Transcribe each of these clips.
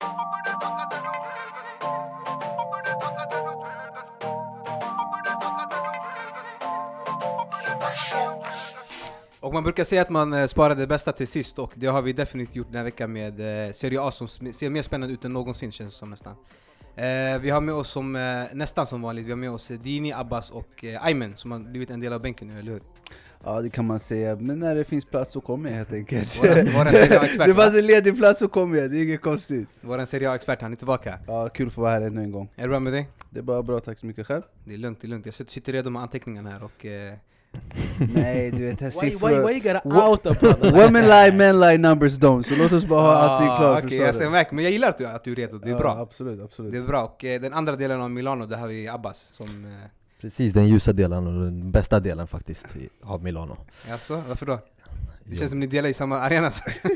Och man brukar säga att man sparar det bästa till sist, och det har vi definitivt gjort den här veckan med Serie A som ser mer spännande ut än någonsin, känns det som nästan. Vi har med oss som nästan som vanligt, vi har med oss Dini, Abbas och Aymen som har blivit en del av bänken nu, eller hur? Ja, det kan man säga, men när det finns plats så kommer jag helt enkelt. Var en Serie A-expert, det var en ledig plats så kommer jag, det är inget konstigt. Var en Serie A-expert, han är tillbaka. Ja, kul att få vara här ännu en gång. Är det bra med dig? Det är bara bra, tack så mycket själv. Det är lugnt, det är lugnt. Jag sitter redo med anteckningarna här och... Nej, du vet, här siffror... Why you gotta out of brother? Women lie, men lie, numbers don't. Så låt oss bara ha allting klart. Okej, jag ser märk, men jag gillar att du är redo, det är bra. Absolut, absolut. Det är bra, och den andra delen av Milano, där har vi Abbas som... Precis, den ljusa delen och den bästa delen faktiskt av Milano. Jaså, varför då? Det känns som ni delar i samma arena.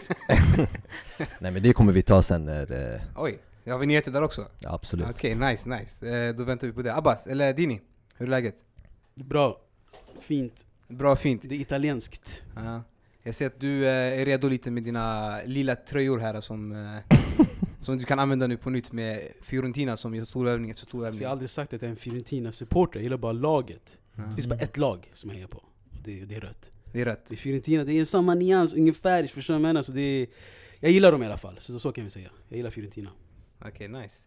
Nej, men det kommer vi ta sen när... Oj, har vi nyheter där också? Ja, absolut. Okej, nice. Då väntar vi på det. Abbas, eller Dini, hur är läget? Bra, fint. Bra, fint. Det är italienskt. Ja. Jag ser att du är redo lite med dina lila tröjor här som du kan använda nu på nytt med Fiorentina som gör storövning efter storövning. Så jag har aldrig sagt att jag är en Fiorentina-supporter, jag gillar bara laget. Det finns bara ett lag som jag hejar på, det är rött. Det är rätt. Det är Fiorentina, det är samma nyans ungefär, förstår du vad jag menar? Så jag gillar dem i alla fall, så kan vi säga. Jag gillar Fiorentina. Okej, nice.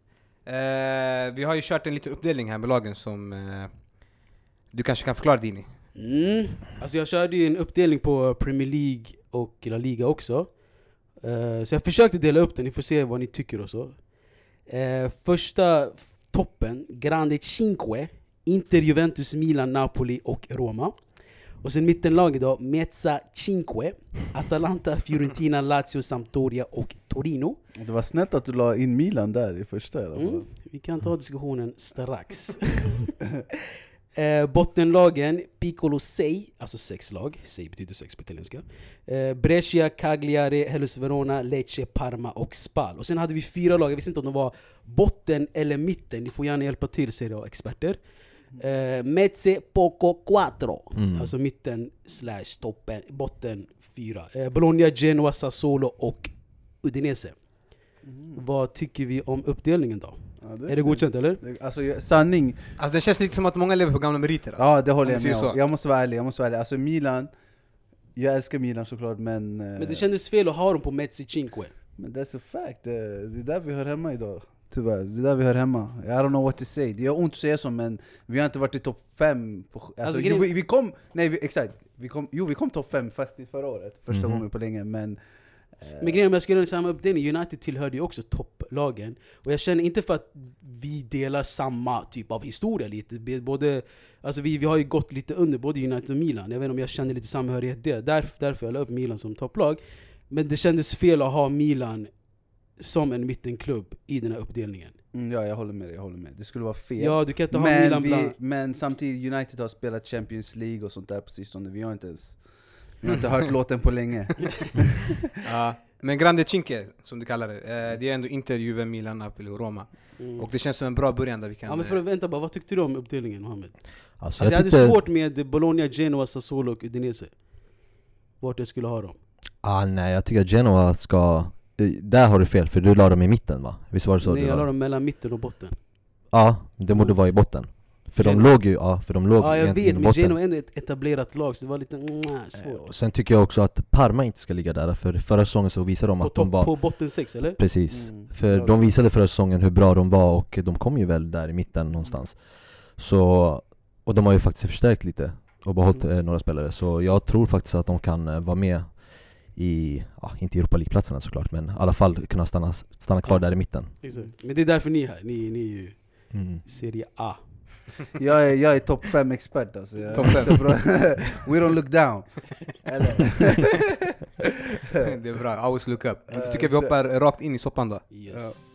Vi har ju kört en liten uppdelning här med lagen som du kanske kan förklara, Dini. Alltså jag körde ju en uppdelning på Premier League och La Liga också. Så jag försökte dela upp den, ni får se vad ni tycker och så. Första toppen, Grande Cinque, Inter, Juventus, Milan, Napoli och Roma. Och sen mittenlaget då, Mezza Cinque, Atalanta, Fiorentina, Lazio, Sampdoria och Torino. Det var snällt att du la in Milan där i första i alla fall. Vi kan ta diskussionen strax. Bottenlagen, Piccolo 6, alltså 6 lag, 6 betyder 6 på italienska. Brescia, Cagliari, Hellas Verona, Lecce, Parma och Spal. Och sen hade vi 4 lag, jag visste inte om de var botten eller mitten. Ni får gärna hjälpa till, Serie A-experter. Mezze Poco 4, alltså mitten / toppen, botten 4. Bologna, Genoa, Sassuolo och Udinese. Vad tycker vi om uppdelningen då? Ja, är det godkänt eller? Alltså sanning. Alltså det känns lite som att många lever på gamla meriter. Alltså. Ja, det håller jag med om. Jag måste vara ärlig. Alltså Milan, jag älskar Milan såklart, men det kändes fel att ha dem på Mezzi Cinque. Men that's a fact. Det är där vi hör hemma idag. Tyvärr, det är där vi hör hemma. I don't know what to say. Det är ont att säga så, men vi har inte varit i topp 5 alltså, vi kom, nej exakt. Vi kom topp 5 faktiskt förra året. Första gången på länge, men grejen med jag skulle samma uppdelning, United tillhörde ju också topplagen. Och jag känner inte för att vi delar samma typ av historia lite. Både, alltså vi har ju gått lite under både United och Milan. Jag vet inte om jag känner lite samhörighet där. Därför jag la upp Milan som topplag. Men det kändes fel att ha Milan som en mittenklubb i den här uppdelningen. Ja, jag håller med. Det skulle vara fel. Ja, du kan inte ha Milan bland. Men samtidigt, United har spelat Champions League och sånt där på sistone. Vi har inte hört låten på länge. Ja, men Grande Cinque, som du kallar det, det är ändå Inter, Juve, Milan, Napoli och Roma. Och det känns som en bra början där vi kan... Ja, men vänta bara, vad tyckte du om uppdelningen, Mohammed? Alltså, jag hade svårt med Bologna, Genoa, Sassuolo och Udinese. Vart jag skulle ha dem. Nej, jag tycker att Genoa ska... Där har du fel, för du la dem i mitten, va? Visst var det så? Nej, jag la dem mellan mitten och botten. Ja, det borde vara i botten. För de låg ju, ja, jag vet, men Genoa är ändå ett etablerat lag, så det var lite svårt. Sen tycker jag också att Parma inte ska ligga där, för förra säsongen så visade de att de var... På botten 6, eller? Precis, för de visade förra säsongen hur bra de var, och de kom ju väl där i mitten någonstans. Så, och de har ju faktiskt förstärkt lite och behållit några spelare, så jag tror faktiskt att de kan vara med i, inte Europa League-platserna såklart, men i alla fall kunna stanna kvar där i mitten. Exakt. Men det är därför ni är här, ni är ju Serie A. Jag är topp 5 expert alltså. Top 5. We don't look down. Det är bra, always look up. Jag tycker vi hoppar rakt in i soppan då. Yes.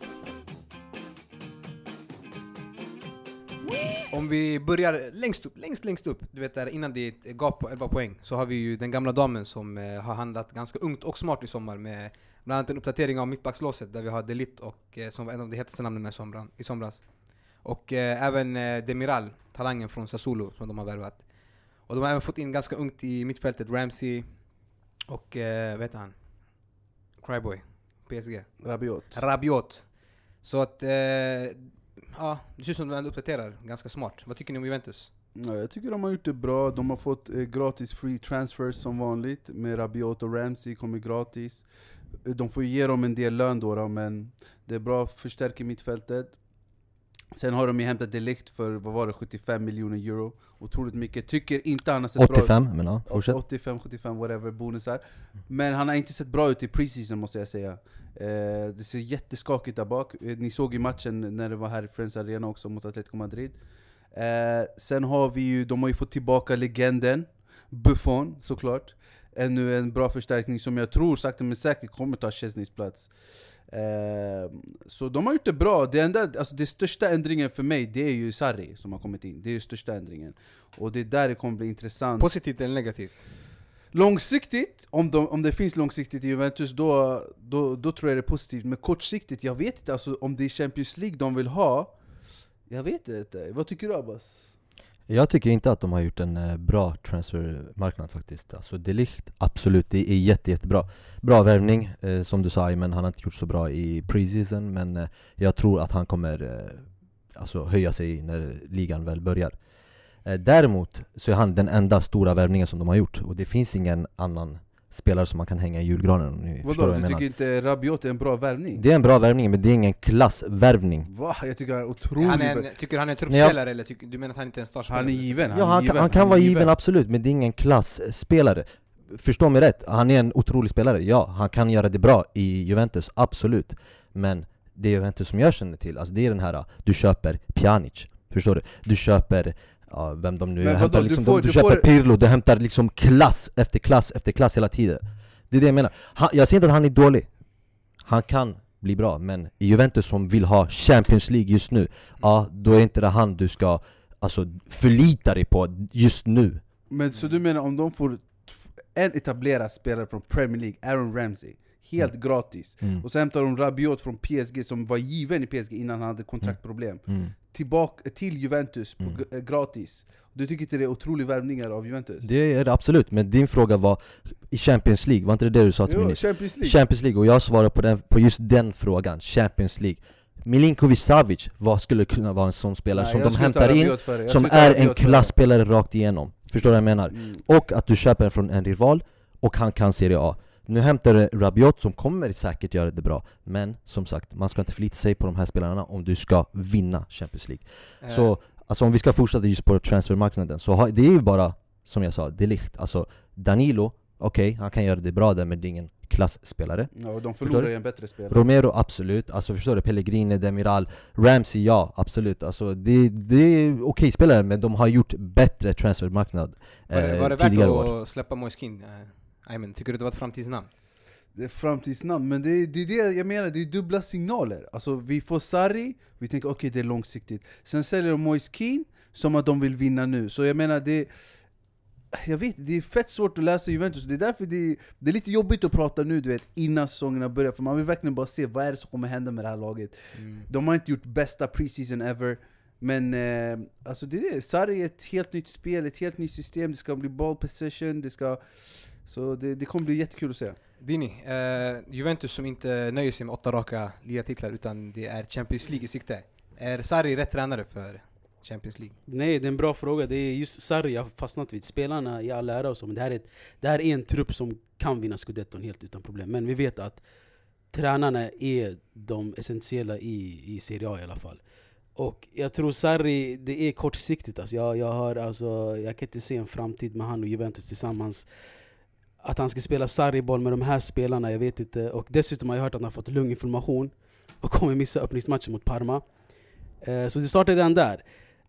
Om vi börjar längst upp, du vet där innan det är ett gap på 11 poäng, så har vi ju den gamla damen som har handlat ganska ungt och smart i sommar med bland annat en uppdatering av mittbackslåset där vi har Delit och som var en av de hetaste namnen i somras. Och även Demiral, talangen från Sassuolo som de har värvat. Och de har även fått in ganska ungt i mittfältet Ramsey och vet han? Cryboy, PSG. Rabiot. Så att, ja, det ser ut som att de ändå uppdaterar ganska smart. Vad tycker ni om Juventus? Ja, jag tycker de har gjort det bra. De har fått gratis free transfers som vanligt. Med Rabiot och Ramsey kommer gratis. De får ge dem en del lön då, men det är bra, förstärker mittfältet. Sen har de ju hämtat De Ligt för, vad var det, 75 miljoner euro. Otroligt mycket. Tycker inte han har sett 85, bra ut. men ja, fortsätt. 85, 75, whatever, bonusar. Men han har inte sett bra ut i preseason, måste jag säga. Det ser jätteskakigt där bak. Ni såg i matchen när det var här i Friends Arena också mot Atletico Madrid. Sen har vi ju, de har ju fått tillbaka legenden Buffon, såklart. Ännu en bra förstärkning som jag tror sakta men säkert kommer ta Chesneys plats. Så de har gjort det bra. Det största ändringen för mig, det är ju Sarri som har kommit in. Det är ju största ändringen. Och det är där det kommer bli intressant. Positivt eller negativt? Långsiktigt, om det finns långsiktigt i Juventus, då tror jag det är positivt. Men kortsiktigt, jag vet inte, alltså, om det är Champions League de vill ha. Jag vet inte. Vad tycker du, Abbas? Jag tycker inte att de har gjort en bra transfermarknad faktiskt. Alltså De Ligt, absolut, det är jättebra. Bra värvning, som du sa, men han har inte gjort så bra i preseason. Men jag tror att han kommer höja sig när ligan väl börjar. Däremot så är han den enda stora värvningen som de har gjort. Och det finns ingen annan spelare som man kan hänga i julgranen. Vadå, du tycker inte Rabiot är en bra värvning? Det är en bra värvning, men det är ingen klassvärvning. Va? Jag tycker han är otrolig. Tycker han är en truppspelare, eller du menar att han inte är en startspelare? Han är given. Han kan vara given, absolut, men det är ingen klassspelare. Förstå mig rätt, han är en otrolig spelare. Ja, han kan göra det bra i Juventus, absolut. Men det är Juventus som jag känner till, alltså det är den här, du köper Pjanic, förstår du? Du köper vem de nu hämtar, liksom, du köper Pirlo, du hämtar liksom klass efter klass efter klass hela tiden. Det är det jag menar. Jag ser inte att han är dålig. Han kan bli bra, men i Juventus som vill ha Champions League just nu, då är inte det han du ska förlita dig på just nu. Men så du menar om de får en etablerad spelare från Premier League, Aaron Ramsey, helt gratis, och så hämtar de Rabiot från PSG som var given i PSG innan han hade kontraktproblem, tillbaka till Juventus gratis. Du tycker inte det är otroliga värvningar av Juventus? Det är det absolut, men din fråga var i Champions League, var inte det du sa till mig? Champions League, och jag svarade på just den frågan, Champions League. Milinkovic Savic, vad skulle kunna vara en sån spelare som de hämtar in, som är en klassspelare rakt igenom? Förstår du vad jag menar? Och att du köper från en rival, och han kan Serie A. Nu hämtar du Rabiot som kommer säkert göra det bra, men som sagt, man ska inte förlita sig på de här spelarna om du ska vinna Champions League. Så alltså, om vi ska fortsätta just på transfermarknaden, så det är ju bara, som jag sa, De Ligt. Alltså Danilo, okej, han kan göra det bra där, men det är ingen klassspelare. Ja, och de förlorar ju en bättre spelare. Romero, absolut. Alltså förstår du, Pellegrini, Demiral, Ramsey, ja, absolut. Alltså det är okej spelare, men de har gjort bättre transfermarknad var det tidigare värt år. att släppa Moise Kean? Tycker du det var ett framtidsnamn? Det är framtidsnamn, men det är det jag menar, det är dubbla signaler. Alltså vi får Sarri, vi tänker okej, det är långsiktigt. Sen säljer de Moise Kean som att de vill vinna nu. Så jag menar, jag vet, det är fett svårt att läsa Juventus. Det är därför det är lite jobbigt att prata nu, du vet, innan säsongerna börjar. För man vill verkligen bara se vad är det som kommer hända med det här laget. De har inte gjort bästa preseason ever. Men alltså Sarri är ett helt nytt spel, ett helt nytt system. Det ska bli ball possession, så det kommer bli jättekul att se. Dini, Juventus som inte nöjer sig med 8 raka ligatitlar, utan det är Champions League i sikte. Är Sarri rätt tränare för Champions League? Nej, det är en bra fråga. Det är just Sarri jag har fastnat vid. Spelarna i all ära och så, men det här är en trupp som kan vinna Scudetton helt utan problem. Men vi vet att tränarna är de essentiella i Serie A i alla fall. Och jag tror Sarri, det är kortsiktigt. Alltså jag kan inte se en framtid med han och Juventus tillsammans. Att han ska spela Sarri-boll med de här spelarna, jag vet inte. Och dessutom har jag hört att han har fått lunginflammation och kommer missa öppningsmatchen mot Parma. Så det startar redan där.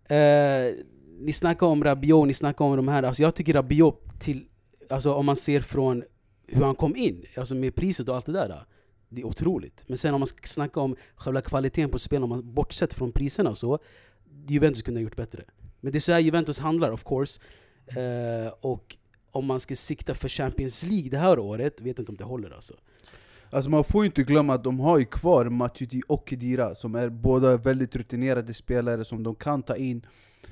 Ni snackar om Rabiot, ni snackar om de här. Alltså jag tycker Rabiot, alltså om man ser från hur han kom in, alltså med priset och allt det där, det är otroligt. Men sen om man ska snacka om själva kvaliteten på spel, om man bortsett från priserna och så, Juventus kunde ha gjort bättre. Men det är så här Juventus handlar, of course. Och om man ska sikta för Champions League det här året, vet inte om det håller alltså. Alltså man får ju inte glömma att de har ju kvar Matuidi och Khedira som är båda väldigt rutinerade spelare som de kan ta in.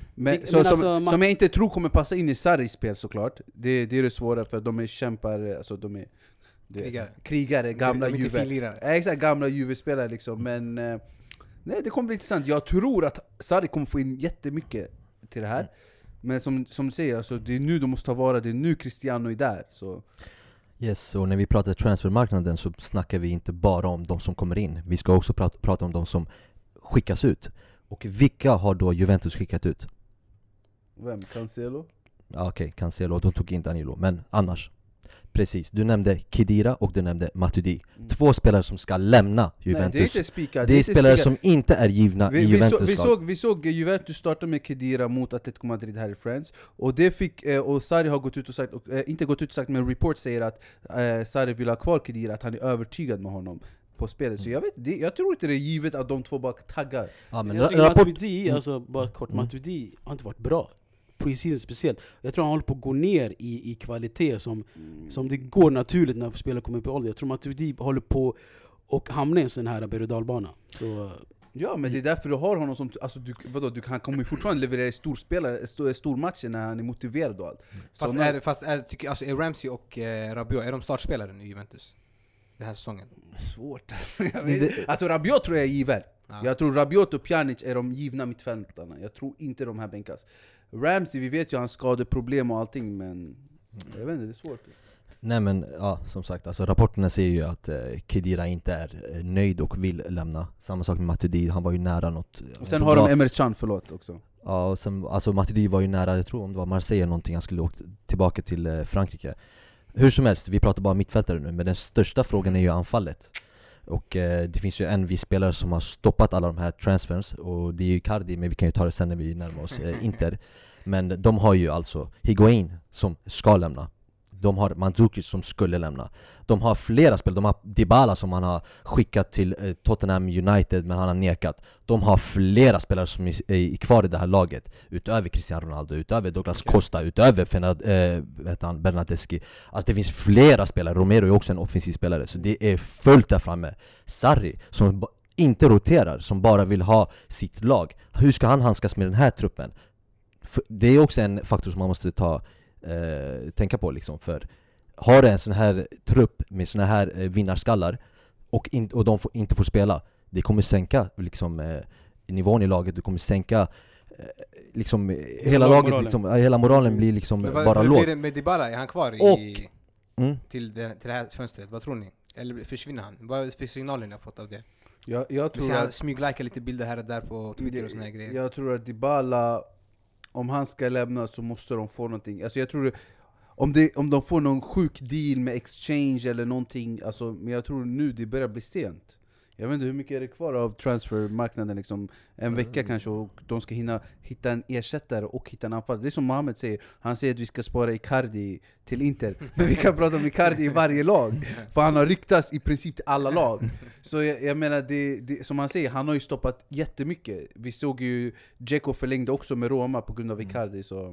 Som jag inte tror kommer passa in i Sarris spel såklart. Det är det svåra, för de är kämpar, alltså de är krigare, gamla Juve. Exakt, gamla Juve-spelare liksom. Men Nej, det kommer bli intressant. Jag tror att Sarri kommer få in jättemycket till det här. Men som du säger, alltså, det är nu de måste ta vara, det är nu Cristiano är där. Så. Yes, och när vi pratar transfermarknaden så snackar vi inte bara om de som kommer in. Vi ska också prata om de som skickas ut. Och vilka har då Juventus skickat ut? Vem? Cancelo? Ja, okej, Cancelo, de tog inte Danilo. Men annars, precis, du nämnde Khedira och du nämnde Matuidi. 2 spelare som ska lämna Juventus. Nej, det är inte spikat. Det är spelare som inte är givna i Juventus. Vi såg Juventus starta med Khedira mot Atletico Madrid här i Friends. Och det fick, och Sarri har gått ut och sagt, inte gått ut och sagt, men report säger att Sarri vill ha kvar Khedira, att han är övertygad med honom på spelet. Så jag tror inte det är givet att de 2 bara taggar. Ja, men jag tycker Matuidi, alltså bara kort, Matuidi har inte varit bra. Precis speciellt. Jag tror han håller på att gå ner i kvalitet som det går naturligt när spelare kommer upp i ålder. Jag tror Matuidi håller på och hamna i en sån här berg- och dalbana. Så ja, men det är därför du har honom som, alltså han kommer ju fortfarande leverera stormatcher när han är motiverad och allt. Är Ramsey och Rabiot, är de startspelare i Juventus den här säsongen? Svårt. Alltså Rabiot tror jag är given. Ja. Jag tror Rabiot och Pjanic är de givna mittfältarna. Jag tror inte de här bänkas. Ramsey, vi vet ju hans skadeproblem och allting, men jag vet inte, det är svårt. Nej, men ja, som sagt, alltså, rapporterna säger ju att Khedira inte är nöjd och vill lämna. Samma sak med Matuidi, han var ju nära något. Och sen har de Emre Can, förlåt också. Ja, och sen, alltså Matuidi var ju nära, jag tror om det var Marseille eller någonting, han skulle åka tillbaka till Frankrike. Hur som helst, vi pratar bara mittfältare nu, men den största frågan är ju anfallet. Och det finns ju en viss spelare som har stoppat alla de här transfers, och det är ju Icardi, men vi kan ju ta det sen när vi närmar oss Inter. Men de har ju alltså Higuain som ska lämna. De har Mandzukic som skulle lämna. De har flera spelare. De har Dybala som han har skickat till Tottenham United, men han har nekat. De har flera spelare som är kvar i det här laget, utöver Cristiano Ronaldo, utöver Douglas Costa, utöver Bernardeschi. Alltså det finns flera spelare. Romero är också en offensiv spelare, så det är fullt där framme. Sarri som inte roterar, som bara vill ha sitt lag. Hur ska han handskas med den här truppen? Det är också en faktor som man måste tänka på liksom, för har du en sån här trupp med såna här vinnarskallar och de inte får spela, det kommer sänka liksom, nivån i laget, det kommer sänka liksom hela laget liksom, hela moralen blir liksom bara låg. Hur blir det med Dybala? Är han kvar till det här fönstret? Vad tror ni? Eller försvinner han? Vad är för signalen jag fått av det? Jag tror han smyglikar lite bilder här och där på Twitter och såna här grejer. Jag tror att Dybala, om han ska lämna så måste de få någonting. Alltså jag tror om de får någon sjuk deal med exchange eller någonting, alltså, men jag tror nu det börjar bli sent. Jag vet inte hur mycket är det kvar av transfermarknaden, liksom en vecka kanske, och de ska hitta en ersättare och hitta en anfallare. Det är som Mohamed säger, han säger att vi ska spara Icardi till Inter, men vi kan prata om Icardi i varje lag, för han har ryktats i princip till alla lag. Så jag menar, det, som han säger, han har ju stoppat jättemycket. Vi såg ju Dzeko förlängde också med Roma på grund av Icardi, så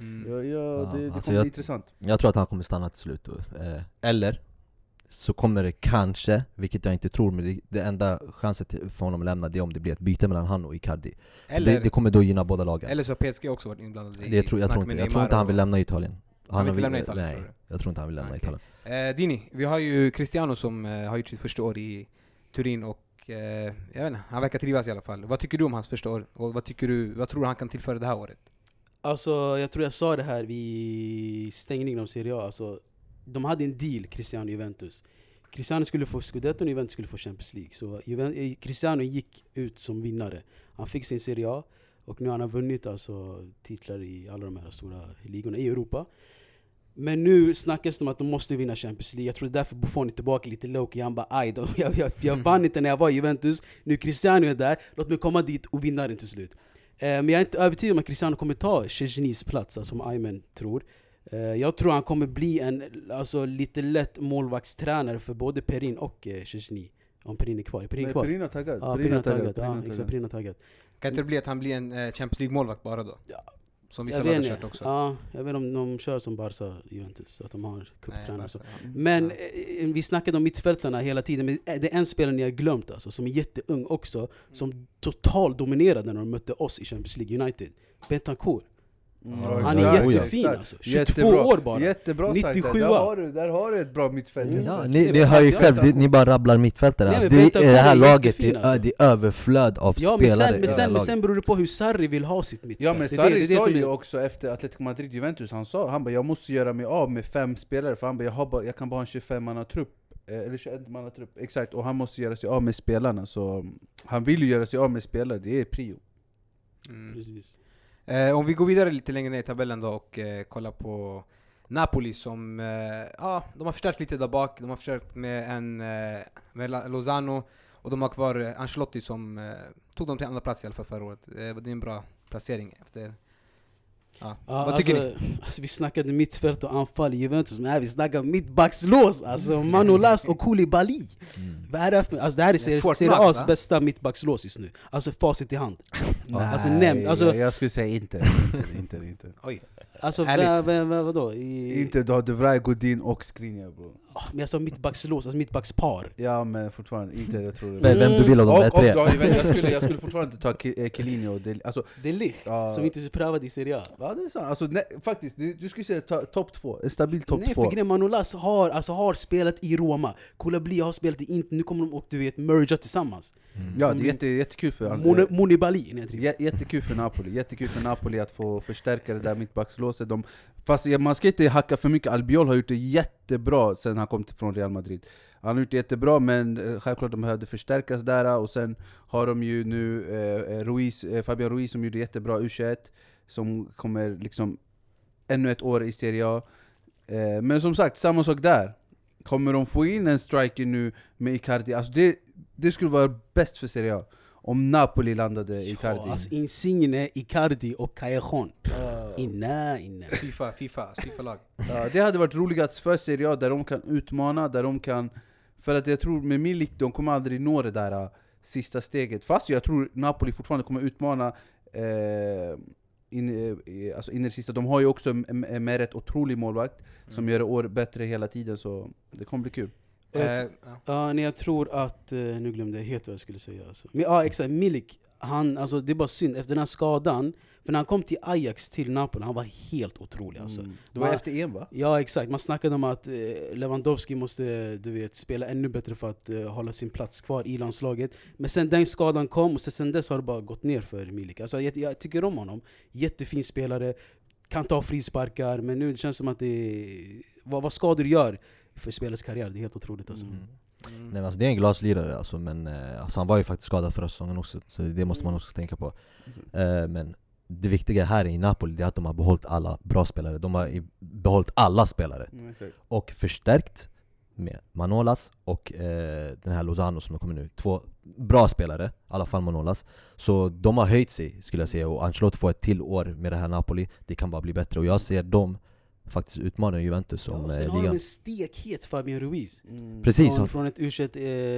det alltså kommer bli intressant. Jag tror att han kommer stanna till slut då. Eller så kommer det kanske, vilket jag inte tror, men det enda chansen för honom att lämna, det är om det blir ett byte mellan han och Icardi. Eller, det kommer då gynna båda lagen. Eller så har PSG också varit inblandad i jag tror inte han vill lämna Italien. Han vill lämna Italien, nej, jag tror inte han vill lämna Italien. Dini, vi har ju Cristiano som har gjort sitt första år i Turin, och jag vet inte, han verkar trivas i alla fall. Vad tycker du om hans första år? Och vad tror du han kan tillföra det här året? Alltså, jag tror jag sa det här vid stängningen av Serie A. Alltså, de hade en deal, Cristiano och Juventus. Cristiano skulle få Scudetto och Juventus skulle få Champions League. Så Cristiano gick ut som vinnare. Han fick sin Serie A, och nu har han vunnit alltså titlar i alla de här stora ligorna i Europa. Men nu snackas det om att de måste vinna Champions League. Jag tror därför Buffon är tillbaka lite low-key. Han bara, jag vann inte när jag var i Juventus. Nu Cristiano är där, låt mig komma dit och vinna den till slut. Men jag är inte övertygad om att Cristiano kommer ta Szczesnys plats, som Ayman tror. Jag tror han kommer bli en lite lätt målvaktstränare för både Perin och Szczesny. Om Perin är kvar. Perin har taggat. Ja, Perin har taggat. Kan inte det bli att han blir en Champions League-målvakt bara då? Ja. Som vissa lag har kört också. Ja, jag vet om de kör som Barca Juventus, att de har cuptränare. Men vi snackade om mittfältarna hela tiden, men det är en spelare ni har glömt alltså, som är jätteung också, som totalt dominerade när de mötte oss i Champions League United. Bentancur. Han är jättefin alltså. 22 år bara. Jättebra 97. sagt. Där har du ett bra mittfält. Ja, ni hör ju själv, ni bara rabblar mittfältare. Alltså, det här laget, det är överflöd av spelare. Men sen beror det på hur Sarri vill ha sitt mittfält. Ja, men Sarri sa ju också efter Atletico Madrid-Juventus, han bara, jag måste göra mig av med 5 spelare, för han bara, jag kan bara ha en 25-manna-trupp. Eller 21-manna-trupp, exakt. Och han måste göra sig av med spelarna. Så han vill ju göra sig av med spelare, det är prio. Precis. Om vi går vidare lite längre ner i tabellen då och kollar på Napoli som de har förstärkt lite där bak. De har förstärkt med Lozano, och de har kvar Ancelotti som tog dem till andra plats i alla fall förra året. Det är en bra placering efter. Vad tycker ni? Alltså, vi snackade mittfält och anfall i Juventus, men vi snackade mittbackslås. Alltså Manolas och Koulibaly. Vad är det för? Alltså, det här är Serie A's bästa mittbackslås just nu. Alltså facit i hand. Alltså, jag skulle säga inte. Oj. Alltså vadå? Inte då De Vrij, Godin och Skriniar, bro. Men jag sa mittbackslås, alltså mittbackspar. Ja, men fortfarande inte, jag tror det. Vem du vill av de här tre? Jag skulle fortfarande inte ta Chiellini och De Ligt, som inte är prövad i Serie A. Ja, det är sant. Alltså, faktiskt, du skulle säga topp 2, en stabil topp 2. Nej, för Manolas har spelat i Roma. Koulibaly har spelat i Inter. Nu kommer de och merga tillsammans. Ja, det är jättekul för Monibali. Jättekul för Napoli att få förstärka det där mittbackslåset. Fast man ska inte hacka för mycket. Albiol har gjort det jättebra sen han kom från Real Madrid. Han har gjort det jättebra, men självklart de behövde förstärkas där. Och sen har de ju nu Fabian Ruiz som gjorde jättebra U21, som kommer liksom ännu ett år i Serie A. Men som sagt, samma sak där. Kommer de få in en striker nu med Icardi? Alltså det skulle vara bäst för Serie A om Napoli landade Icardi. Ja, alltså Insigne, Icardi och Callejon. Inna. FIFA-lag. Det hade varit roligast för Serie A, där de kan utmana, för att jag tror med Milik, de kommer aldrig nå det där sista steget. Fast jag tror Napoli fortfarande kommer utmana in i det sista. De har ju också med ett otrolig målvakt som gör år bättre hela tiden, så det kommer bli kul. Jag tror att nu glömde jag helt vad jag skulle säga alltså. Men exakt, Milik, alltså det är bara synd efter den här skadan, för när han kom till Ajax till Napoli, han var helt otrolig alltså. Det var efter EM, va? Ja, exakt. Man snackade om att Lewandowski måste spela ännu bättre för att hålla sin plats kvar i landslaget. Men sen den skadan kom, och sen dess har det bara gått ner för Milik. Alltså jag tycker om honom. Jättefin spelare, kan ta frisparkar, men nu det känns som att vad skador gör för spelets karriär, det är helt otroligt alltså. Nej, alltså, det är en glaslirare alltså, men alltså, han var ju faktiskt skadad förra säsongen också, så det måste man också tänka på. Men det viktiga här i Napoli är att de har behållit alla bra spelare. De har behållit alla spelare och förstärkt med Manolas och den här Lozano som kommer nu. 2 bra spelare, i alla fall Manolas. Så de har höjt sig, skulle jag säga, och Ancelotti får ett till år med det här Napoli. Det kan bara bli bättre, och jag ser dem faktiskt utmanar Juventus om ligan. Sen har de en stekhet Fabian Ruiz. Precis. Från ett U21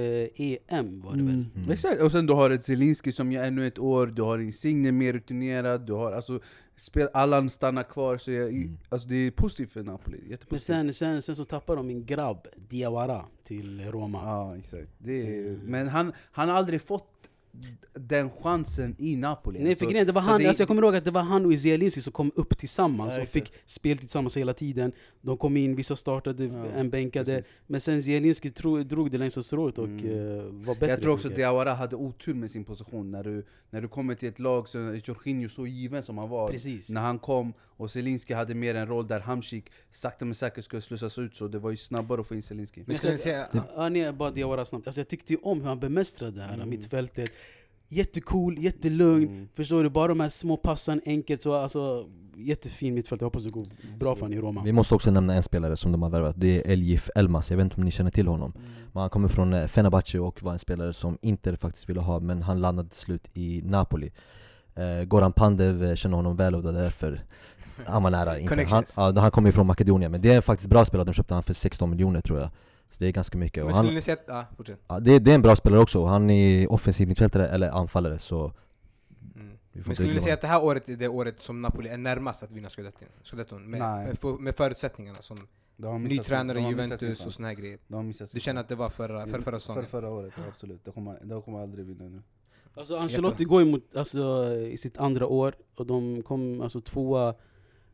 EM var det väl. Exakt, och sen du har ett Zielinski som gör ännu ett år, du har Insigne mer rutinerad, du har alltså Allan stannar kvar, så alltså det är positivt för Napoli. Men sen så tappar de min grabb Diawara till Roma. Ja, exakt. Men han har aldrig fått den chansen i Napoli. Nej, för grejen, det var han, jag kommer ihåg att det var han och Zielinski som kom upp tillsammans och fick spel tillsammans hela tiden. De kom in, vissa startade, en bänkade. Precis. Men sen Zielinski drog det längsta strået och var bättre. Jag tror också att Diawara hade otur med sin position. När du kommer till ett lag så är Jorginho så given som han var. Precis. När han kom, och Zielinski hade mer en roll där Hamsik sakta men säkert skulle slussas ut, så det var ju snabbare att få in Zielinski. Nej, bara Diawara snabbt. Alltså, jag tyckte ju om hur han bemästrade det här mittfältet. Jättecool, jättelugn. Förstår du, bara de här små passan enkelt, så alltså jättefin mittfält. Jag hoppas det går bra för han i Roma. Vi måste också nämna en spelare som de har värvat. Det är Eljif Elmas. Jag vet inte om ni känner till honom. Men han kommer från Fenerbahce och var en spelare som Inter faktiskt ville ha, men han landade till slut i Napoli. Goran Pandev känner honom väl, och därför han var nära Inter. Han kommer från Makedonien, men det är faktiskt bra spelare. De köpte han för 16 miljoner tror jag. Så det är ganska mycket. Men skulle ni säga fortsätt. Det är en bra spelare också. Han är offensiv mittfältare eller anfallare, så men skulle ni säga att det här året är det året som Napoli är närmast att vinna Scudetton med förutsättningarna som ny tränare i Juventus och såna här grejer? Du känner att det var förra säsongen? Förra året, absolut. De kommer aldrig vinna nu. Alltså Ancelotti går emot i sitt andra år, och de kom alltså 2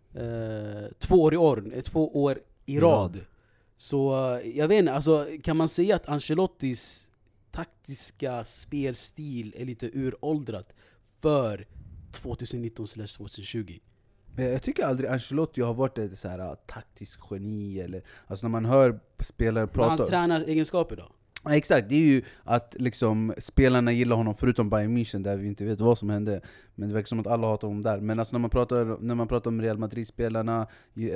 2 år i rad. Så jag vet inte, alltså, kan man säga att Ancelottis taktiska spelstil är lite uråldrat för 2019/2020? Jag tycker aldrig Ancelotti har varit ett så här taktiskt geni eller, alltså när man hör spelare prata. Hans tränaregenskaper då? Ja, exakt, det är ju att liksom spelarna gillar honom förutom Bayern München där vi inte vet vad som hände. Men det verkar som att alla hatar honom där. Men alltså när man pratar om Real Madrid-spelarna,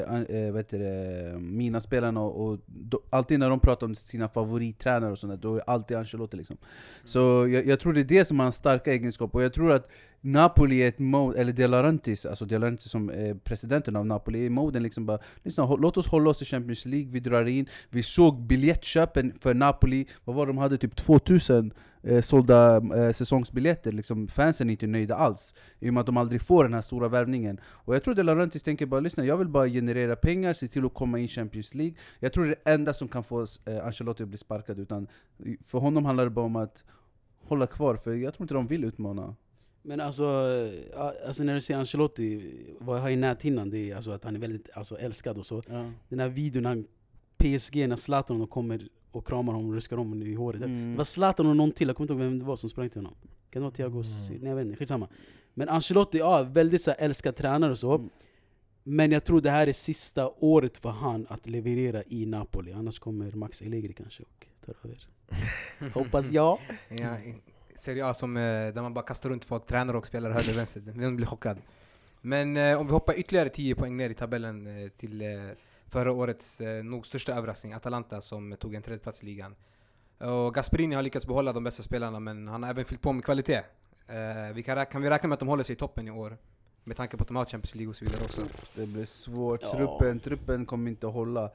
mina spelarna och alltid när de pratar om sina favorittränare och sånt, då är alltid Ancelotti liksom. Så jag tror det är det som är hans starka egenskap. Och jag tror att Napoli är ett mode, eller De Laurentiis, alltså De Laurentiis som är presidenten av Napoli, är moden liksom bara, lyssna, låt oss hålla oss i Champions League, vi drar in. Vi såg biljettköpen för Napoli, vad var de hade? Typ 2000 sålda säsongsbiljetter, liksom. Fansen är inte nöjda alls i och med att de aldrig får den här stora värvningen. Och jag tror De Laurentiis tänker bara, lyssna, jag vill bara generera pengar, se till att komma in i Champions League. Jag tror det är det enda som kan få Ancelotti att bli sparkad, utan för honom handlar det bara om att hålla kvar, för jag tror inte de vill utmana. Men alltså när du ser Ancelotti, vad jag har i näthinnan, det är alltså att han är väldigt älskad och så. Ja. Den här videon när PSG, när Zlatan kommer och kramar honom och ruskar om i håret. Det var Zlatan och någon till, jag kommer inte ihåg vem det var som sprang till honom. Kan det vara Thiago? Nej, jag vet inte, skitsamma. Men Ancelotti, väldigt så här, älskad tränare och så. Men jag tror det här är sista året för han att leverera i Napoli. Annars kommer Max Allegri kanske och tar över. Hoppas jag. Ja, Serie A som där man bara kastar runt folk, tränare och spelare höger vänster. Den blir chockad. Men om vi hoppar ytterligare 10 poäng ner i tabellen till förra årets nog största överraskning, Atalanta, som tog en 3:e plats i ligan. Och Gasperini har lyckats behålla de bästa spelarna, men han har även fyllt på med kvalitet. Kan vi räkna med att de håller sig i toppen i år? Med tanke på att de har Champions League och så vidare också. Det blir svårt, truppen kommer inte att hålla.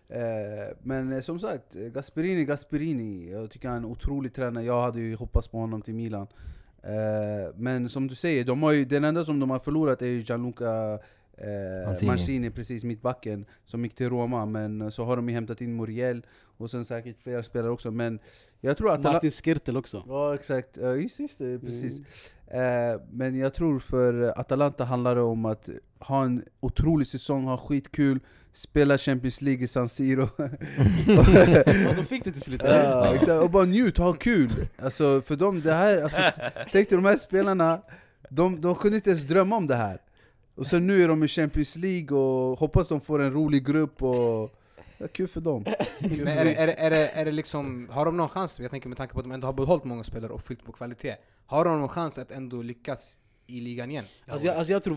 Men som sagt, Gasperini, jag tycker han är en otrolig tränare. Jag hade ju hoppats på honom till Milan. Men som du säger, den enda som de har förlorat är Gianluca Mancini, precis, mittbacken, som gick till Roma. Men så har de ju hämtat in Muriel och sen säkert flera spelare också. Men jag tror att Martin Skirtel också. Ja, exakt, just det, precis. Men jag tror för Atalanta handlar det om att ha en otrolig säsong, ha skitkul, spela Champions League i San Siro. Ja, de fick det till slut. Ja, exakt, och bara njut, ha kul. Alltså för dem, det här, alltså, tänk dig de här spelarna, de kunde inte ens drömma om det här. Och så nu är de i Champions League och hoppas de får en rolig grupp och det är kul för dem. Men är det liksom, har de någon chans, jag tänker med tanke på att de ändå har behållit många spelare och fyllt på kvalitet, har de någon chans att ändå lyckas i ligan igen? Alltså jag tror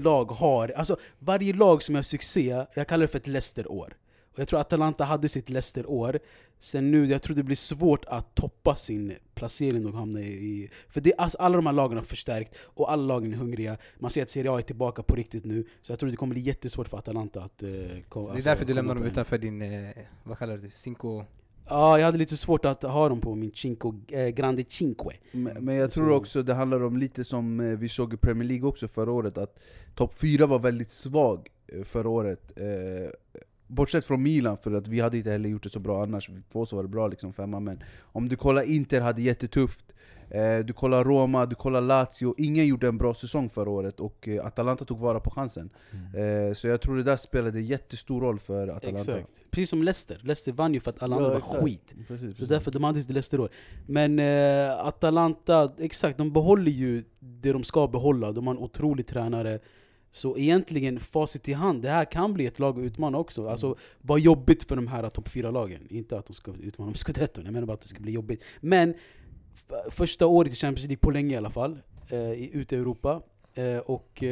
varje lag som har succé, jag kallar det för ett Leicester-år. Och jag tror Atalanta hade sitt Leicester-år. Sen nu, jag tror det blir svårt att toppa sin placering och hamna i... För det, alltså, alla de här lagen har förstärkt och alla lagen är hungriga. Man ser att Serie A är tillbaka på riktigt nu. Så jag tror det kommer bli jättesvårt för Atalanta att... det är därför du lämnar dem utanför din... vad kallar du det? Cinco... Ja, jag hade lite svårt att ha dem på min Grande Cinque. Men jag tror också det handlar om lite som vi såg i Premier League också förra året, att topp 4 var väldigt svag förra året. Bortsett från Milan, för att vi hade inte heller gjort det så bra annars. För oss var det bra liksom 5, men om du kollar Inter hade jättetufft. Du kollar Roma, du kollar Lazio. Ingen gjorde en bra säsong förra året och Atalanta tog vara på chansen. Så jag tror det där spelade jättestor roll för Atalanta. Exakt. Precis som Leicester vann ju för att alla andra var skit. Precis. Så därför de hade inte Leicester år. Men Atalanta, exakt, de behåller ju det de ska behålla. De har en otrolig tränare. Så egentligen, facit i hand, det här kan bli ett lag att utmana också. Alltså, vad jobbigt för de här topp 4-lagen. Inte att de ska utmana om Scudetto, jag menar bara att det ska bli jobbigt. Men första året i Champions League på länge i alla fall, ute i Europa. Och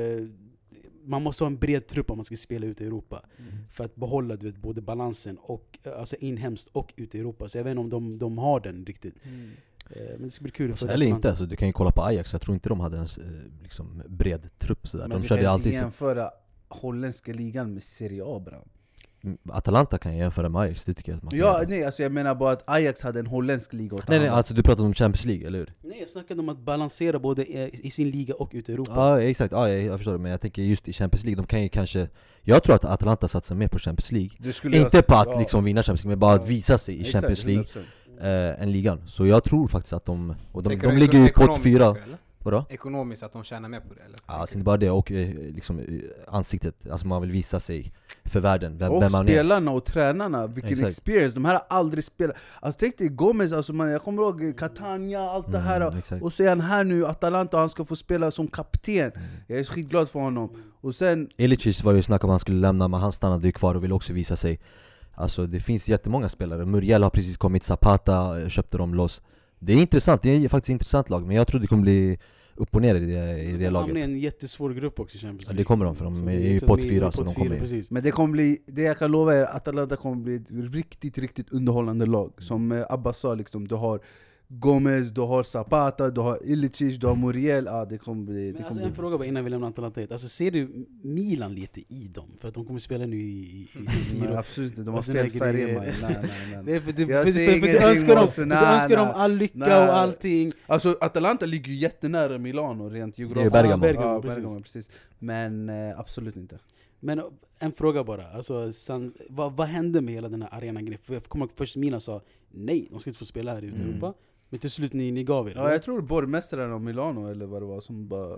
man måste ha en bred trupp om man ska spela ute i Europa. För att behålla både balansen, och, alltså inhemskt och ute i Europa. Så jag vet inte om de har den riktigt. Men det ska bli kul. Eller inte, alltså, du kan ju kolla på Ajax. Jag tror inte de hade en liksom, bred trupp sådär. Men de körde kan alltid inte jämföra holländska ligan med Serie A, bra. Atalanta kan jämföra med Ajax, det tycker jag att man kan göra. Nej, alltså jag menar bara att Ajax hade en holländsk liga. Nej, alltså du pratade om Champions League, eller hur? Nej, jag snackade om att balansera både i sin liga och ute i Europa. Ja, exakt, ja, jag förstår det. Men jag tänker just i Champions League, de kan ju kanske... Jag tror att Atalanta satsar mer på Champions League. Inte på att liksom vinna Champions League, men bara att visa sig i Champions League än ligan. Så jag tror faktiskt att de ligger ju på 84. Vadå? Ekonomiskt att de tjänar mer på det eller? Ja, alltså inte bara det, och liksom ansiktet, alltså man vill visa sig för världen, och vem man spelarna och tränarna, vilken Exakt. experience. De här har aldrig spelat. Alltså tänk dig Gomez, alltså jag kommer ihåg Catania, allt det här. exakt. Och så är han här nu, Atalanta, han ska få spela som kapten. Jag är skitglad för honom. Och sen Ilicic var ju snack om att han skulle lämna, men han stannade ju kvar och ville också visa sig. Alltså det finns jättemånga spelare. Muriel har precis kommit, Zapata köpte dem loss. Det är intressant, det är faktiskt ett intressant lag, men jag tror det kommer bli upp och ner i det laget. Det är en jättesvår grupp också i Champions Ja, League. det kommer de, för de Så är det ju liksom pott 4, så de kommer ju. precis. men det kommer bli, det jag kan lova er, Atalanta kommer bli ett riktigt underhållande lag. Som Abbas sa liksom, du har Gomez, du har Zapata, du har Ilicic, du har Muriel. Det kommer bli... Men alltså en fråga bara innan vi lämnar Atalanta. Alltså ser du Milan lite i dem? För att de kommer spela nu i San Siro. Nej, absolut inte, de har Och sen fel färg grejer. hemma. Nej. Det är för Jag du ser ingenting önskar dem måste- all lycka nej. och allting. Alltså Atalanta ligger ju jättenära Milano rent geografiskt. Det är Bergamo. Ja, Precis. Bergamo, precis. Men absolut inte. Men en fråga bara, alltså, vad hände med hela den här arenan-grejen? För jag kommer ihåg först Milan sa nej, de ska inte få spela här i Europa. Men till slut ni gav er. Ja, jag tror borgmästaren av Milano eller vad det var som bara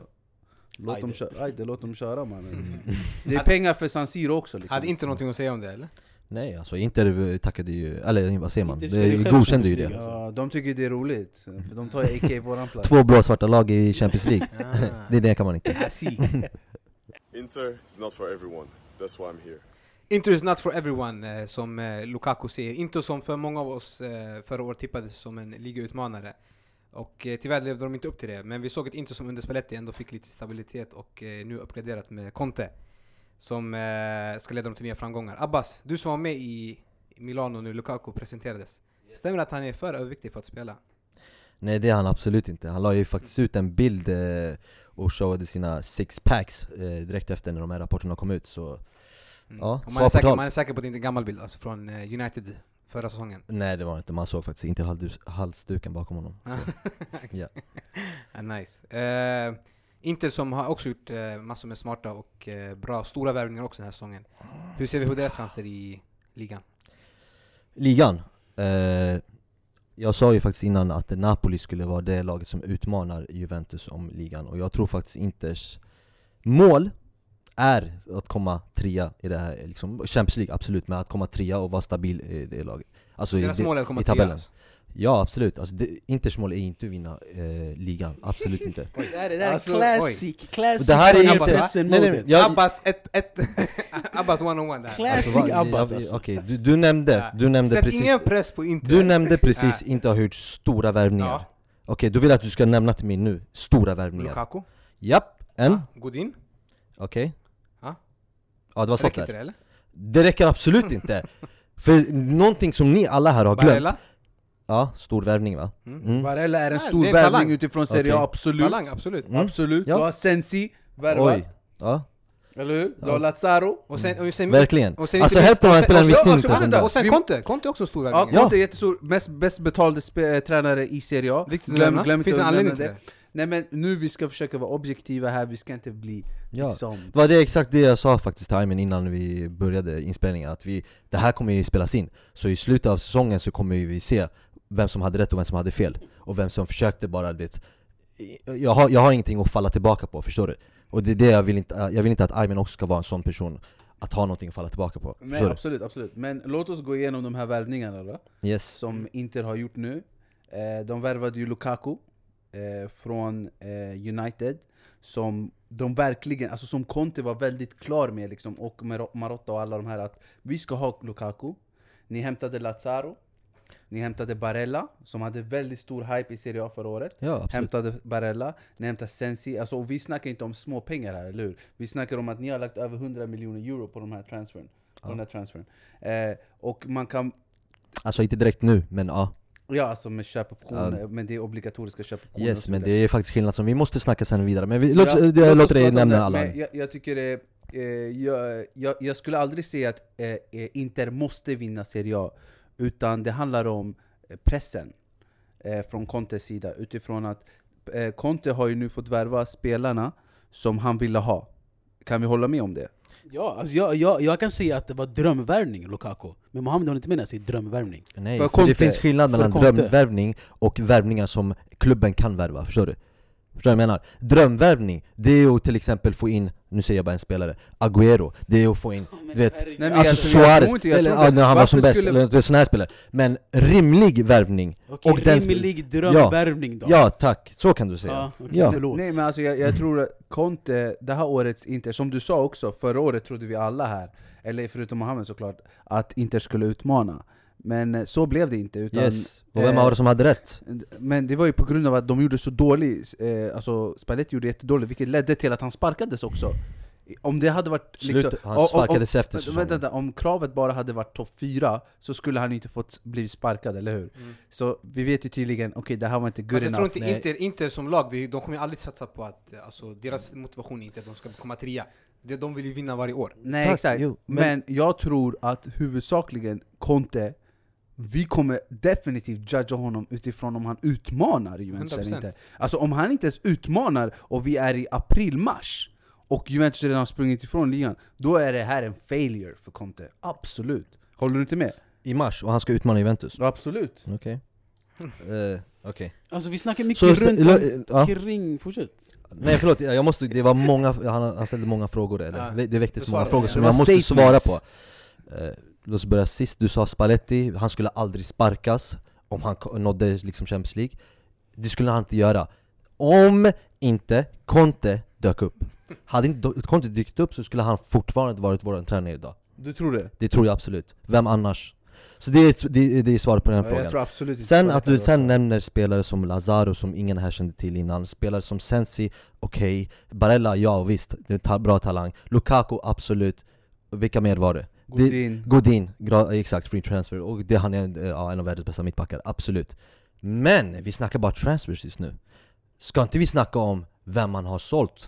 låt dem köra man. Det är pengar för San Siro också liksom. Hade inte någonting att säga om det eller? Nej, alltså Inter tackade ju, eller vad säger man? Inter spelar ju Det själv godkände ju Champions det. League. Ja, de tycker det är roligt. För de tar AK på våran plats. 2 blå svarta lag i Champions League. Det kan man inte. Inter is not for everyone. That's why I'm here. Inter is not for everyone, som Lukaku säger. Inte som för många av oss förra året tippades som en ligautmanare. Och tyvärr levde de inte upp till det. Men vi såg ett Inter som under Spalletti ändå fick lite stabilitet och nu uppgraderat med Conte. Som ska leda dem till nya framgångar. Abbas, du som var med i Milano nu Lukaku presenterades. Stämmer att han är för överviktig för att spela? Nej, det är han absolut inte. Han la ju faktiskt ut en bild och showade sina 6-packs direkt efter när de här rapporterna kom ut. Så ja, Och svar på tal. man är säker på att det inte är en gammal bild alltså, från United förra säsongen. Nej, det var inte. Man såg faktiskt inte halsduken bakom honom. Ja. Nice. Inter som har också gjort massor med smarta och bra, stora värvningar också den här säsongen. Hur ser vi på deras chanser i ligan? Ligan. Jag sa ju faktiskt innan att Napoli skulle vara det laget som utmanar Juventus om ligan. Och jag tror faktiskt Inters mål är att komma 3 i det här liksom, Champions League, absolut, men att komma 3 och vara stabil i det laget. Alltså Deras mål är att komma i tabellen. 3. Ja, absolut. Alltså, Inters mål är inte att vinna ligan, absolut inte. Det här är Alltså, classic Det här är Abbas, pressen nej, modet. jag- Abbas, Abbas 101 där. Classic Abbas alltså. Okej, du nämnde Sätt precis. ingen press på Inter. Du nämnde precis inte har gjort stora värvningar. Ja. Okej, då vill jag att du ska nämna till mig nu stora värvningar. Lukaku. Japp, en. Godin. Okej. Ja. Ja, det var stopp Räcker inte där. det eller? Det räcker absolut inte. För någonting som ni alla här har glömt. Barella? Ja, stor värvning va? Varela är en Nej, stor det är en värvning talang. utifrån Serie A, Okej. absolut. Talang, absolut. Absolut. Ja. Du har Sensi, värvad. Oj. Ja, Eller hur? Du har Lazaro. Och sen verkligen. och sen Alltså inte hälften av minst- spelarna och visste sen- inte och ens sen- om Och sen Conte är också stor Ja, värvning. Ja. Conte är jättestor, bäst betalde tränare i Serie A. Viktigt att nämna. Glöm inte Finns en att anledning nämna till det. Nej men nu vi ska försöka vara objektiva här, vi ska inte bli Ja. liksom... Var det exakt det jag sa faktiskt till Aymen innan vi började inspelningen, att det här kommer ju spelas in. Så i slutet av säsongen så kommer vi se vem som hade rätt och vem som hade fel. Och vem som försökte bara, vet, jag har ingenting att falla tillbaka på, förstår du? Och det är det jag vill inte att Aymen också ska vara en sån person, att ha någonting att falla tillbaka på. Nej Förstår du? absolut. Men låt oss gå igenom de här värvningarna då, Yes. som Inter har gjort nu. De värvade ju Lukaku från United, som de verkligen, alltså som Conte var väldigt klar med liksom, och Marotta och alla de här, att vi ska ha Lukaku. Ni hämtade Lazaro, ni hämtade Barella som hade väldigt stor hype i Serie A förra året. Ja, absolut. Hämtade Barella, ni hämtade Sensi, alltså, och vi snackar inte om små pengar här, eller hur? Vi snackar om att ni har lagt över 100 miljoner euro på de här transfern. På den här transfern. Och man kan, Alltså inte direkt nu, men ja. ja alltså med köpoptioner, men det är obligatoriska köpoptioner. Yes, och så men det vidare. är faktiskt skillnad som vi måste snacka sen vidare. Men Ja, jag låter dig prata om nämna det. alla. Men jag tycker jag skulle aldrig säga att Inter måste vinna Serie A, utan det handlar om pressen från Contes sida, utifrån att Conte har ju nu fått värva spelarna som han ville ha. Kan vi hålla med om det? Ja, alltså jag kan säga att det var drömvärvning Lukaku. Men Mohamed har inte med sig drömvärvning. Nej, För för det Conte. finns skillnad mellan Conte. drömvärvning och värvningar som klubben kan värva, förstår du? Förstår du vad jag menar? Drömvärvning, det är ju till exempel få in, nu säger jag bara en spelare, Agüero, det är att få in, du vet, alltså Suarez, eller när han var som bäst, eller det är sån här spelare. Men rimlig värvning. Okej, och den rimlig drömvärvning då? Ja, tack, så kan du säga. Nej men alltså jag tror att Conte, det här årets Inter, som du sa också, förra året trodde vi alla här, eller förutom Mohamed såklart, att Inter skulle utmana. Men så blev det inte, utan, och vem var det som hade rätt? Men det var ju på grund av att de gjorde så dåligt, alltså Spalletti gjorde jättedåligt, vilket ledde till att han sparkades också. Om det hade varit liksom, han sparkades efter säsongen. Om kravet bara hade varit topp 4 så skulle han inte fått bli sparkad, eller hur? Så vi vet ju tydligen, okej, det här var inte good enough. Jag tror inte Inter som lag, de kommer ju aldrig satsa på att, alltså, deras motivation är inte att de ska komma trea. De vill ju vinna varje år. Nej, exakt. Men jag tror att huvudsakligen Conte, vi kommer definitivt judga honom utifrån om han utmanar Juventus eller inte. Alltså om han inte ens utmanar och vi är i april-mars och Juventus redan har sprungit ifrån ligan, då är det här en failure för Conte. Absolut. Håller du inte med? I mars, och han ska utmana Juventus? Absolut. Okej. Okej. Alltså vi snackar mycket runt kring, fortsätt. Nej förlåt, jag måste, det var många, han ställde många frågor, eller det väcktes många frågor som jag måste svara på. Låt oss börja sist, du sa Spalletti, han skulle aldrig sparkas om han nådde liksom Champions League. Det skulle han inte göra om inte Conte dök upp. Hade inte Conte dykt upp så skulle han fortfarande varit vår tränare idag. Du tror det? Det tror jag absolut. Vem annars? Så det är svaret på den frågan. Jag tror absolut inte. Sen att du sen nämner spelare som Lazaro som ingen här kände till innan, spelare som Sensi, okej. Barella, ja visst, det är bra talang. Lukaku, absolut. Vilka mer var det? Godin, exakt, free transfer. Och det, han är en av världens bästa mittbackar, absolut. Men vi snackar bara transfers just nu. Ska inte vi snacka om vem man har sålt?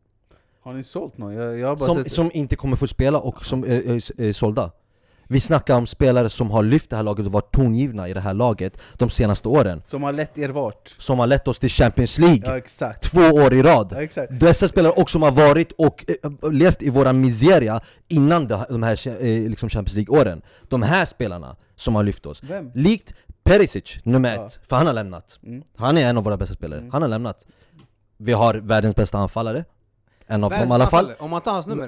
Har ni sålt någon? Jag har bara som inte kommer få spela och som är sålda. Vi snackar om spelare som har lyft det här laget och varit tongivna i det här laget de senaste åren. Som har lett er vart? Som har lett oss till Champions League. Ja, exakt. 2 år i rad. Ja, exakt. Dessa spelare också som har varit och levt i våra miseria innan de här liksom Champions League-åren. De här spelarna som har lyft oss. Vem? Likt Perisic, nummer 1. För han har lämnat. Han är en av våra bästa spelare. Han har lämnat. Vi har världens bästa anfallare. En av dem i alla fall. Om man tar hans nummer,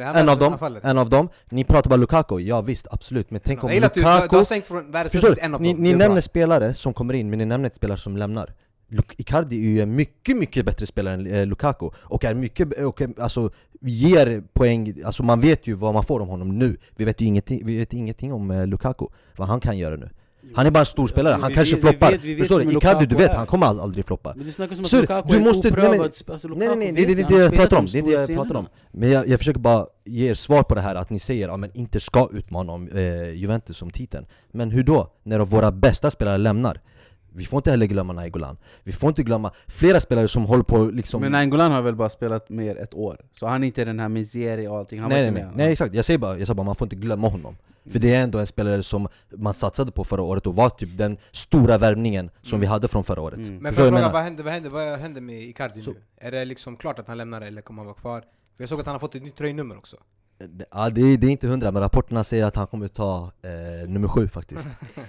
en av dem. Ni pratar bara Lukaku, ja visst, absolut. Men tänk om Lukaku... Du har sänkt från världens bästa till en av dem. Ni nämner spelare som kommer in, men ni nämner inte spelare som lämnar. Icardi är ju en mycket, mycket bättre spelare än Lukaku. Och är mycket, alltså ger poäng, alltså man vet ju vad man får om honom nu. Vi vet ingenting om Lukaku, vad han kan göra nu. Han är bara en stor spelare, han kanske floppar. Förstår du? Icardi, du vet, han kommer aldrig floppa. Men du snackar som att Lukaku är oprövad. Nej, det är det jag pratar om. Men jag försöker bara ge er svar på det här, att ni säger att man inte ska utmana om Juventus som titeln. Men hur då? När våra bästa spelare lämnar. Vi får inte heller glömma Nainggolan. Vi får inte glömma flera spelare som håller på liksom... Men Nainggolan har väl bara spelat mer 1 år. Så han är inte den här miseria och allting. Nej, exakt. Jag sa bara man får inte glömma honom. För det är ändå en spelare som man satsade på förra året och var typ den stora värvningen som vi hade från förra året. Men för att fråga, vad händer med Icardi nu? Är det liksom klart att han lämnar eller kommer han vara kvar? För jag såg att han har fått ett nytt tröjnummer också. Ja, det är inte 100, men rapporterna säger att han kommer ta nummer 7 faktiskt.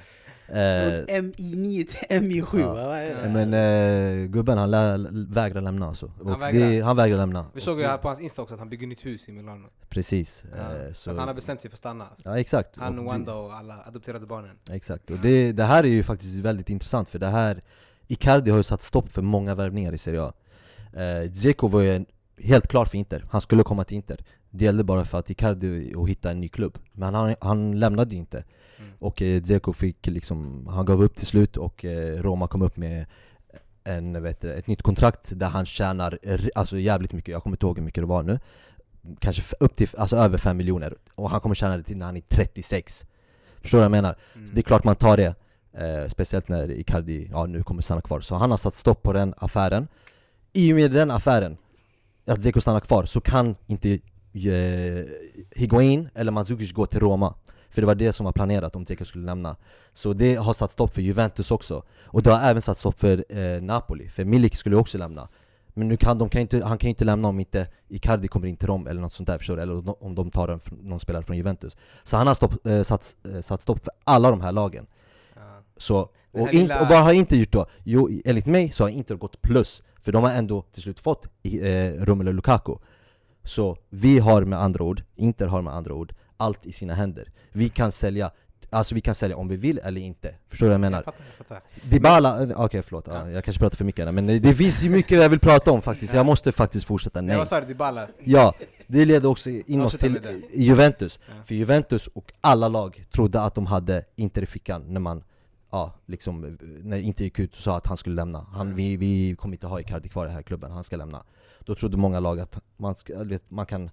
MI9 till MI7. Ja. Men gubben han vägrar lämna alltså. Han vägrar lämna. Vi såg ju här på hans Insta också att han bygger nytt hus i Milano. Precis. Så att han har bestämt sig för att stanna alltså. Ja, exakt. Han och Wanda och alla adopterade barnen. Exakt. Och det här är ju faktiskt väldigt intressant, för det här Icardi har ju satt stopp för många värvningar i Serie A. Dzeko var ju helt klar för Inter. Han skulle komma till Inter. Det gällde bara för att Icardi att hitta en ny klubb. Men han lämnade ju inte. Och Dzeko fick liksom, han gav upp till slut, och Roma kom upp med ett nytt kontrakt där han tjänar alltså jävligt mycket. Jag kommer inte ihåg hur mycket det var nu. Kanske upp till, alltså över 5 miljoner. Och han kommer tjäna det till när han är 36. Förstår du vad jag menar? Så det är klart man tar det. Speciellt när Icardi nu kommer stanna kvar. Så han har satt stopp på den affären. I och med den affären, att Dzeko stannar kvar, så kan inte Higuain eller Mandzukic gå till Roma. För det var det som var planerat om Dzeko skulle lämna. Så det har satt stopp för Juventus också. Och det har även satt stopp för Napoli. För Milik skulle också lämna. Men nu han kan ju inte lämna om inte Icardi kommer in till Rom eller något sånt där, förstår du? Eller om de tar någon spelare från Juventus. Så han har satt stopp för alla de här lagen. Så, och vad har Inter gjort då? Jo, enligt mig så har Inter gått plus. För de har ändå till slut fått Romelu Lukaku. Så vi har med andra ord, Inter har med andra ord, allt i sina händer. Vi kan sälja om vi vill eller inte. Förstår du vad jag menar? Jag fattar. Dybala, okej förlåt, jag kanske pratar för mycket där, men det finns ju mycket jag vill prata om faktiskt. Jag måste faktiskt fortsätta. Nej. Vad sa du, Dybala? Ja, det leder också in oss till Juventus. För Juventus och alla lag trodde att de hade Inter i fickan när man när Inter gick ut och sa att han skulle lämna. Vi kommer inte ha Icardi kvar i den här klubben, han ska lämna. Då trodde många lag att man kan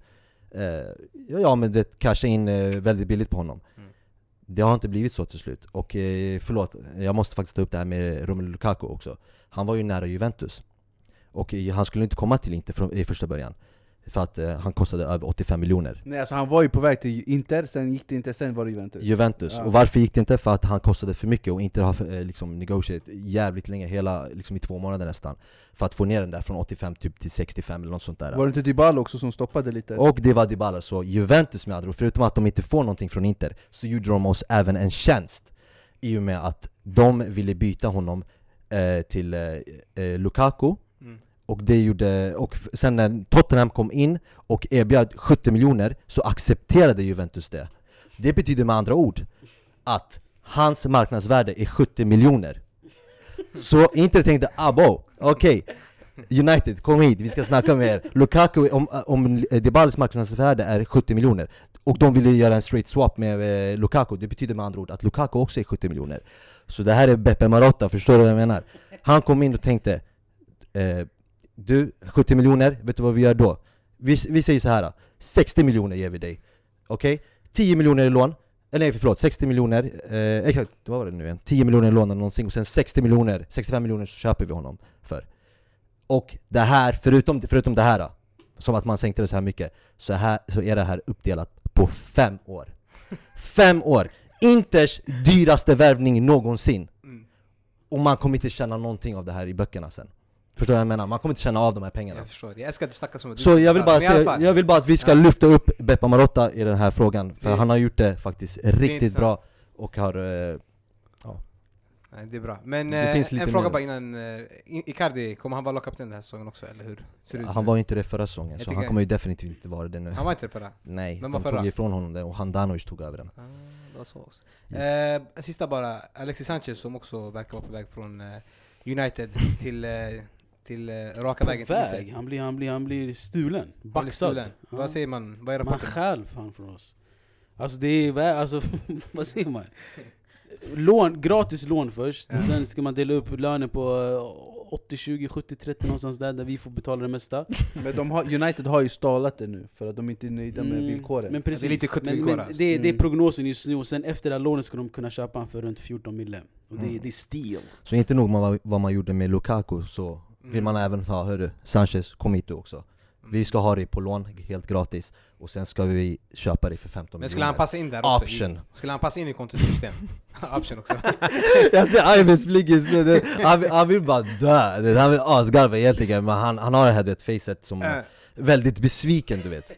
casha in väldigt billigt på honom. Det har inte blivit så till slut. Och förlåt, jag måste faktiskt ta upp det här med Romelu Lukaku också. Han var ju nära Juventus. Och han skulle inte komma till Inter i första början. För att han kostade över 85 miljoner. Nej, alltså han var ju på väg till Inter, sen gick det inte, sen var det Juventus. Ja. Och varför gick det inte? För att han kostade för mycket och Inter har negotiated jävligt länge, i 2 månader nästan. För att få ner den där från 85 typ till 65 eller något sånt där. Var det inte Dybala också som stoppade lite? Och det var Dybala, så Juventus med andra ord, förutom att de inte får någonting från Inter, så gjorde de oss även en tjänst. I och med att de ville byta honom till Lukaku. Och sen när Tottenham kom in och erbjöd 70 miljoner så accepterade Juventus det. Det betyder med andra ord att hans marknadsvärde är 70 miljoner. Så Inter tänkte, okej, United, kom hit, vi ska snacka med er. Lukaku, om Dybalas marknadsvärde är 70 miljoner och de ville göra en straight swap med Lukaku, det betyder med andra ord att Lukaku också är 70 miljoner. Så det här är Beppe Marotta, förstår du vad jag menar? Han kom in och tänkte, du, 70 miljoner, vet du vad vi gör då? Vi säger så här: 60 miljoner ger vi dig. Okej? 10 miljoner i lån. Eller nej, förlåt, 60 miljoner. Exakt, vad var det nu igen? 10 miljoner i lån eller någonting. Och sen 65 miljoner så köper vi honom för. Och det här, förutom det här, som att man sänkte det så här mycket, så är det här uppdelat på 5 år. 5 år! Inters dyraste värvning någonsin. Och man kommer inte känna någonting av det här i böckerna sen. Förstår du vad jag menar? Man kommer inte känna av de här pengarna. Jag förstår, jag älskar att du snackar som så jag vill bara att vi ska lyfta upp Beppe Marotta i den här frågan. För han har gjort det faktiskt riktigt bra. Och har... Nej, det är bra. Men en fråga bara innan. Icardi, kommer han vara lagkapten den här säsongen också, eller hur? Han var ju inte det förra säsongen, så han kommer ju definitivt inte vara det nu. Han var inte det förra? Nej, de tog ifrån honom det och Handanovic tog över den. Det var så också. Sista bara, Alexis Sanchez som också verkar vara på väg från United till raka vägen till Inter. Han blir stulen, baxad. Vad säger man? Vad är rapporten? Man stjäl fan från oss. Alltså det är, vad säger man? Gratis lån först, och sen ska man dela upp lönen på 80, 20, 70, 30 någonstans där vi får betala det mesta. Men United har ju stalat det nu för att de inte är nöjda med villkoren. Men precis, det är lite kutvillkor. Det är prognosen just nu, och sen efter det här lånet ska de kunna köpa han för runt 14 miljoner. Och det är stil. Så inte nog med vad man gjorde med Lukaku, så vill man även ha, hörru, Sanchez, kom hit också. Vi ska ha det på lån helt gratis, och sen ska vi köpa det för 15 miljoner. Men skulle han passa in där också? Option. Skulle han passa in i kontosystem? Option också. Jag ser Ivers blick just nu. Han vill bara dö. Han vill asgarva egentligen, men han har det här facet som väldigt besviken, du vet.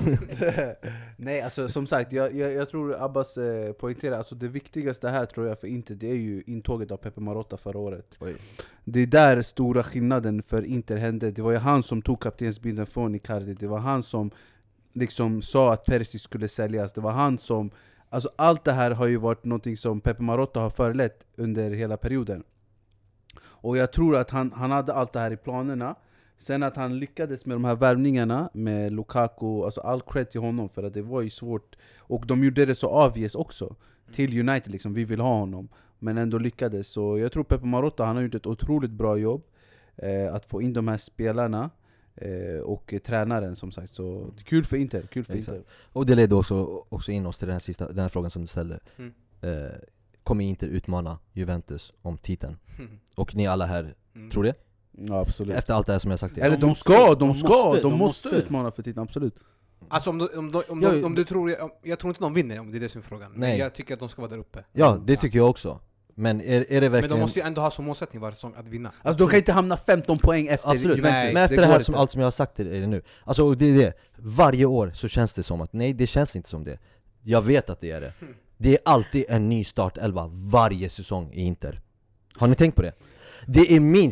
Nej, alltså som sagt, jag tror Abbas poängterar, alltså det viktigaste här tror jag för Inter, det är ju intåget av Beppe Marotta förra året. Det är där stora skillnaden för Inter hände. Det var ju han som tog kaptensbilden från Icardi. Det var han som liksom sa att Perisic skulle säljas. Det var han som, alltså allt det här har ju varit någonting som Beppe Marotta har förelett under hela perioden. Och jag tror att han hade allt det här i planerna. Sen att han lyckades med de här värvningarna med Lukaku, alltså all cred till honom, för att det var ju svårt. Och de gjorde det så obvious också till United, liksom, vi vill ha honom. Men ändå lyckades. Så jag tror Beppe Marotta, han har gjort ett otroligt bra jobb att få in de här spelarna och tränaren, som sagt. Så kul för Inter, Inter. Och det ledde också in oss till den här frågan som du ställde. Kommer Inter utmana Juventus om titeln? Och ni alla här tror det? Ja, absolut. Efter allt det här som jag sagt. Eller de måste utmana för titeln, absolut. Alltså om du tror, jag tror inte de vinner, om det är det som är frågan. Nej. Men jag tycker att de ska vara där uppe. Ja, det tycker jag också. Men är det verkligen... Men de måste ju ändå ha som målsättning varje säsong att vinna. Alltså de kan inte hamna 15 poäng efter Juventus. Nej, men efter det här allt som jag har sagt till er nu. Alltså det är det. Varje år så känns det som att nej, det känns inte som det. Jag vet att det är det. Det är alltid en ny startelva varje säsong i Inter. Har ni tänkt på det? Det är minst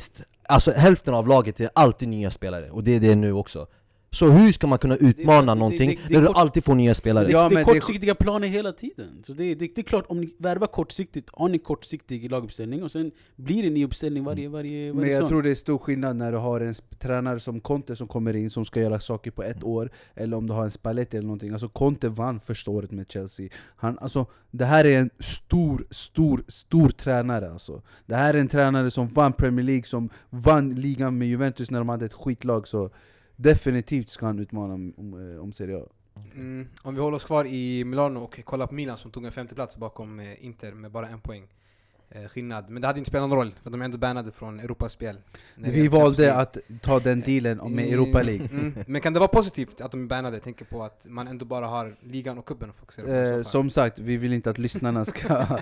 alltså hälften av laget är alltid nya spelare, och det är det nu också. Så hur ska man kunna utmana någonting när du alltid får nya spelare? Det är kortsiktiga planer hela tiden. Så det är klart, om ni värvar kortsiktigt, har ni kortsiktig laguppställning, och sen blir det en ny uppställning varje Men jag tror det är stor skillnad när du har en tränare som Conte som kommer in, som ska göra saker på ett år, eller om du har en Spalletti eller någonting. Alltså Conte vann första året med Chelsea. Det här är en stor tränare alltså. Det här är en tränare som vann Premier League, som vann ligan med Juventus när de hade ett skitlag, så definitivt ska han utmana om Serie A. Om vi håller oss kvar i Milano och kollar på Milan som tog en 5:e plats bakom Inter med bara 1 poäng skillnad. Men det hade inte spelat någon roll, för de är ändå bannade från Europaspel. Vi valde att ta den dealen med Europa League. Men kan det vara positivt att de är bannade? Jag tänker på att man ändå bara har ligan och kuppen att fokusera på. Som sagt, vi vill inte att lyssnarna ska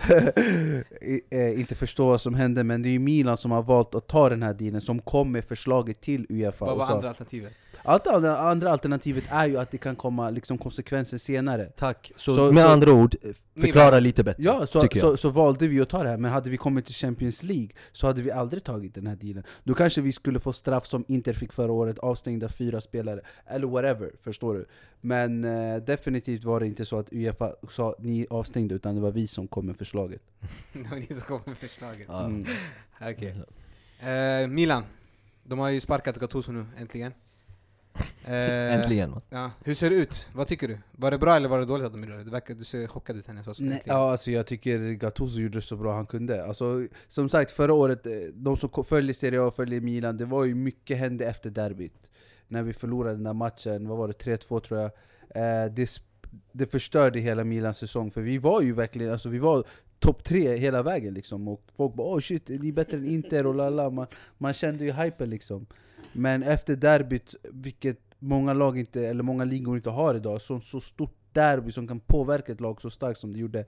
inte förstå vad som hände, men det är ju Milan som har valt att ta den här dealen, som kom med förslaget till UEFA. Vad var andra alternativet? Andra alternativet är ju att det kan komma liksom konsekvenser senare. Tack. Så med andra ord, förklara lite bättre. Ja, så valde vi att ta det här. Men hade vi kommit till Champions League så hade vi aldrig tagit den här dealen. Då kanske vi skulle få straff som Inter fick förra året, avstängda 4 spelare eller whatever, förstår du? Men definitivt var det inte så att UEFA sa ni avstängde, utan det var vi som kom med förslaget. Det var ni som kom med förslaget. Okej. Milan, de har ju sparkat Gattuso nu, äntligen. Äntligen, va? Ja. Hur ser det ut? Vad tycker du? Var det bra eller var det dåligt att de gjorde det? Du ser chockad ut henne. Nej, ja, alltså jag tycker Gattuso gjorde så bra han kunde. Alltså, som sagt, förra året, de som följer Serie A och följer Milan, det var ju mycket hände efter derbyt. När vi förlorade den där matchen, vad var det? 3-2 tror jag. Det förstörde hela Milans säsong. För vi var ju verkligen, alltså vi var topp 3 hela vägen liksom. Och folk bara, shit, ni är bättre än Inter och lala. Man kände ju hypen liksom. Men efter derbyt, vilket många lag inte, eller många ligor inte har idag, så stort derby som kan påverka ett lag så starkt som det gjorde.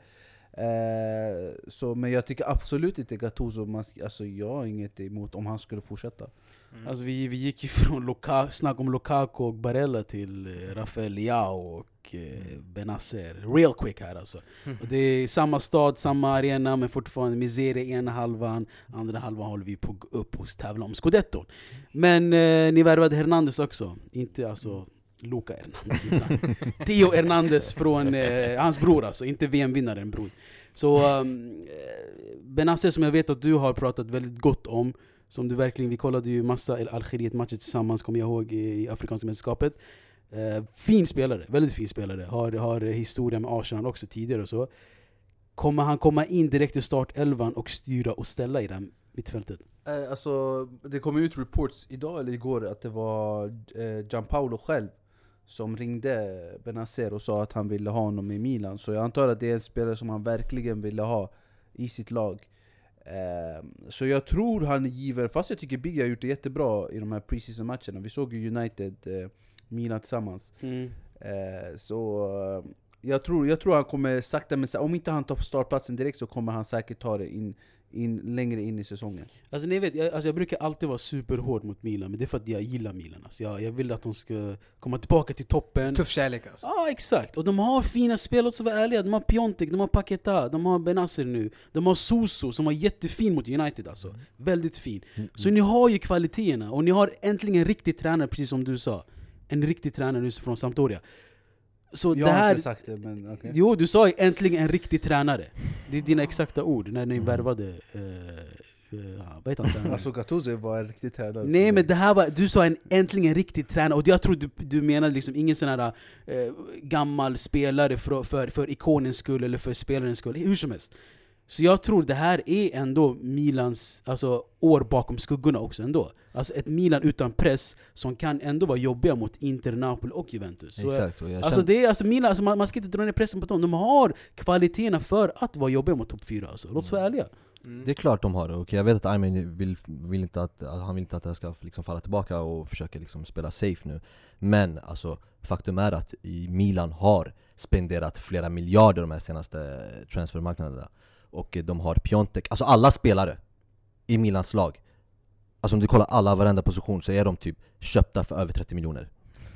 Men jag tycker absolut inte Gattuso, alltså jag har inget emot om han skulle fortsätta. Alltså vi gick ju från snack om Lukaku och Barella till Rafael Leao och Benacer. Real quick här alltså. Och det är samma stad, samma arena, men fortfarande miseria i ena halvan. Andra halvan håller vi på att gå upp och tävla om Scudetton. Men ni värvade Hernandez också. Inte alltså Luca Hernandez, utan Theo Hernandez från hans bror alltså. Inte VM-vinnaren bror. Så Benacer, som jag vet att du har pratat väldigt gott om, som du verkligen, vi kollade ju massa Algeriet-matcher tillsammans, kommer jag ihåg, i Afrikanska mästerskapet. Fin spelare, väldigt fin spelare. Har historia med Arsenal också tidigare och så. Kommer han komma in direkt i startelvan och styra och ställa i den mittfältet? Alltså, det kom ut reports idag eller igår att det var Gianpaolo själv som ringde Benacer och sa att han ville ha honom i Milan. Så jag antar att det är en spelare som han verkligen ville ha i sitt lag. Så jag tror han är giver, fast jag tycker Biggie har gjort det jättebra i de här preseason-matcherna. Vi såg ju United Milan tillsammans. Så jag tror han kommer sakta, men om inte han tar på startplatsen direkt så kommer han säkert ta det längre in i säsongen. Alltså ni vet, jag brukar alltid vara superhård mot Milan, men det är för att jag gillar Milan alltså. Jag vill att de ska komma tillbaka till toppen. Tuff kärlek alltså. Ja, exakt. Och de har fina spel, låt oss vara ärliga. De har Piontek, de har Paquetá, de har Benacer nu. De har Suso som var jättefin mot United alltså. Väldigt fin. Så ni har ju kvaliteterna, och ni har äntligen en riktig tränare, precis som du sa. En riktig tränare nu från Sampdoria. Så jag har inte sagt det, men okay. Jo, du sa ju äntligen en riktig tränare. Det är dina exakta ord när ni värvade vet inte. Alltså Gattuso var en riktig tränare. Nej, men det här var, du sa äntligen en riktig tränare, och jag tror du menade liksom ingen sån här gammal spelare för ikonens skull eller för spelarens skull, hur som helst. Så jag tror det här är ändå Milans år bakom skuggorna också ändå. Alltså ett Milan utan press som kan ändå vara jobbiga mot Inter, Napoli och Juventus. Så exakt. det är Milan, man ska inte dra ner pressen på dem. De har kvaliteterna för att vara jobbiga mot topp 4 alltså. Låt oss vara ärliga. Det är klart de har det, och jag vet att Ayman vill inte att jag ska liksom falla tillbaka och försöka liksom spela safe nu. Men alltså, faktum är att Milan har spenderat flera miljarder de här senaste transfermarknaderna. Och de har Piontek, alltså alla spelare i Milans lag. Alltså om du kollar varenda position så är de typ köpta för över 30 miljoner.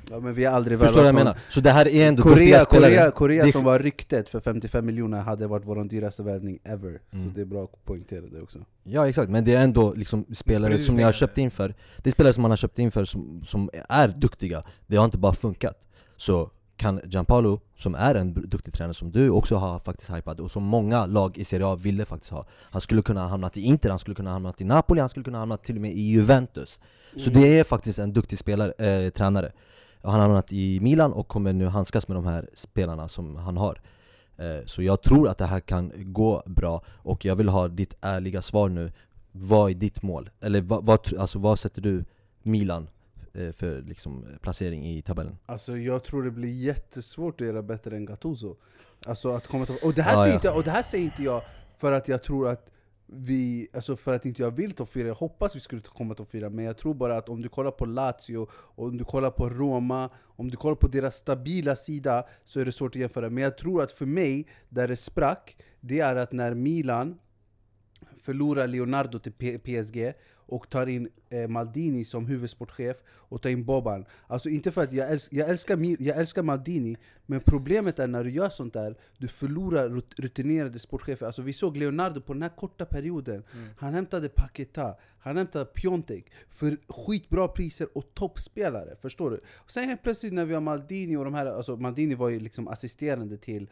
Ja, men vi har aldrig Förstår du vad jag värvat menar? Så det här är ändå duktiga spelare. Korea Det- som var ryktet för 55 miljoner hade varit vår dyraste värvning ever. Så det är bra att poängtera det också. Ja exakt, men det är ändå liksom spelare som ni har köpt in för. Det är spelare som man har köpt in för som är duktiga. Det har inte bara funkat. Så kan Gianpaolo, som är en duktig tränare som du också har faktiskt hypat och som många lag i Serie A ville faktiskt ha. Han skulle kunna ha hamnat i Inter, han skulle kunna ha hamnat i Napoli, han skulle kunna ha hamnat till och med i Juventus. Så det är faktiskt en duktig tränare. Han har hamnat i Milan och kommer nu handskas med de här spelarna som han har. Så jag tror att det här kan gå bra. Och jag vill ha ditt ärliga svar nu. Vad är ditt mål? Eller vad sätter du Milan för liksom placering i tabellen? Alltså jag tror det blir jättesvårt att göra bättre än Gattuso. Alltså att komma till, och det här säger inte jag för att jag tror att alltså för att inte jag vill topp 4. Jag hoppas vi skulle komma topp 4, men jag tror bara att om du kollar på Lazio, om du kollar på Roma, om du kollar på deras stabila sida, så är det svårt att jämföra. Men jag tror att för mig, där det sprack, det är att när Milan förlorar Leonardo till PSG och tar in Maldini som huvudsportchef och tar in Boban. Alltså inte för att jag älskar Maldini, men problemet är när du gör sånt där, du förlorar rutinerade sportchefer. Alltså vi såg Leonardo på den här korta perioden. Han hämtade Paquetá, han hämtade Piontek för skitbra priser och toppspelare, förstår du? Och sen helt plötsligt när vi har Maldini och de här, alltså Maldini var ju liksom assisterande till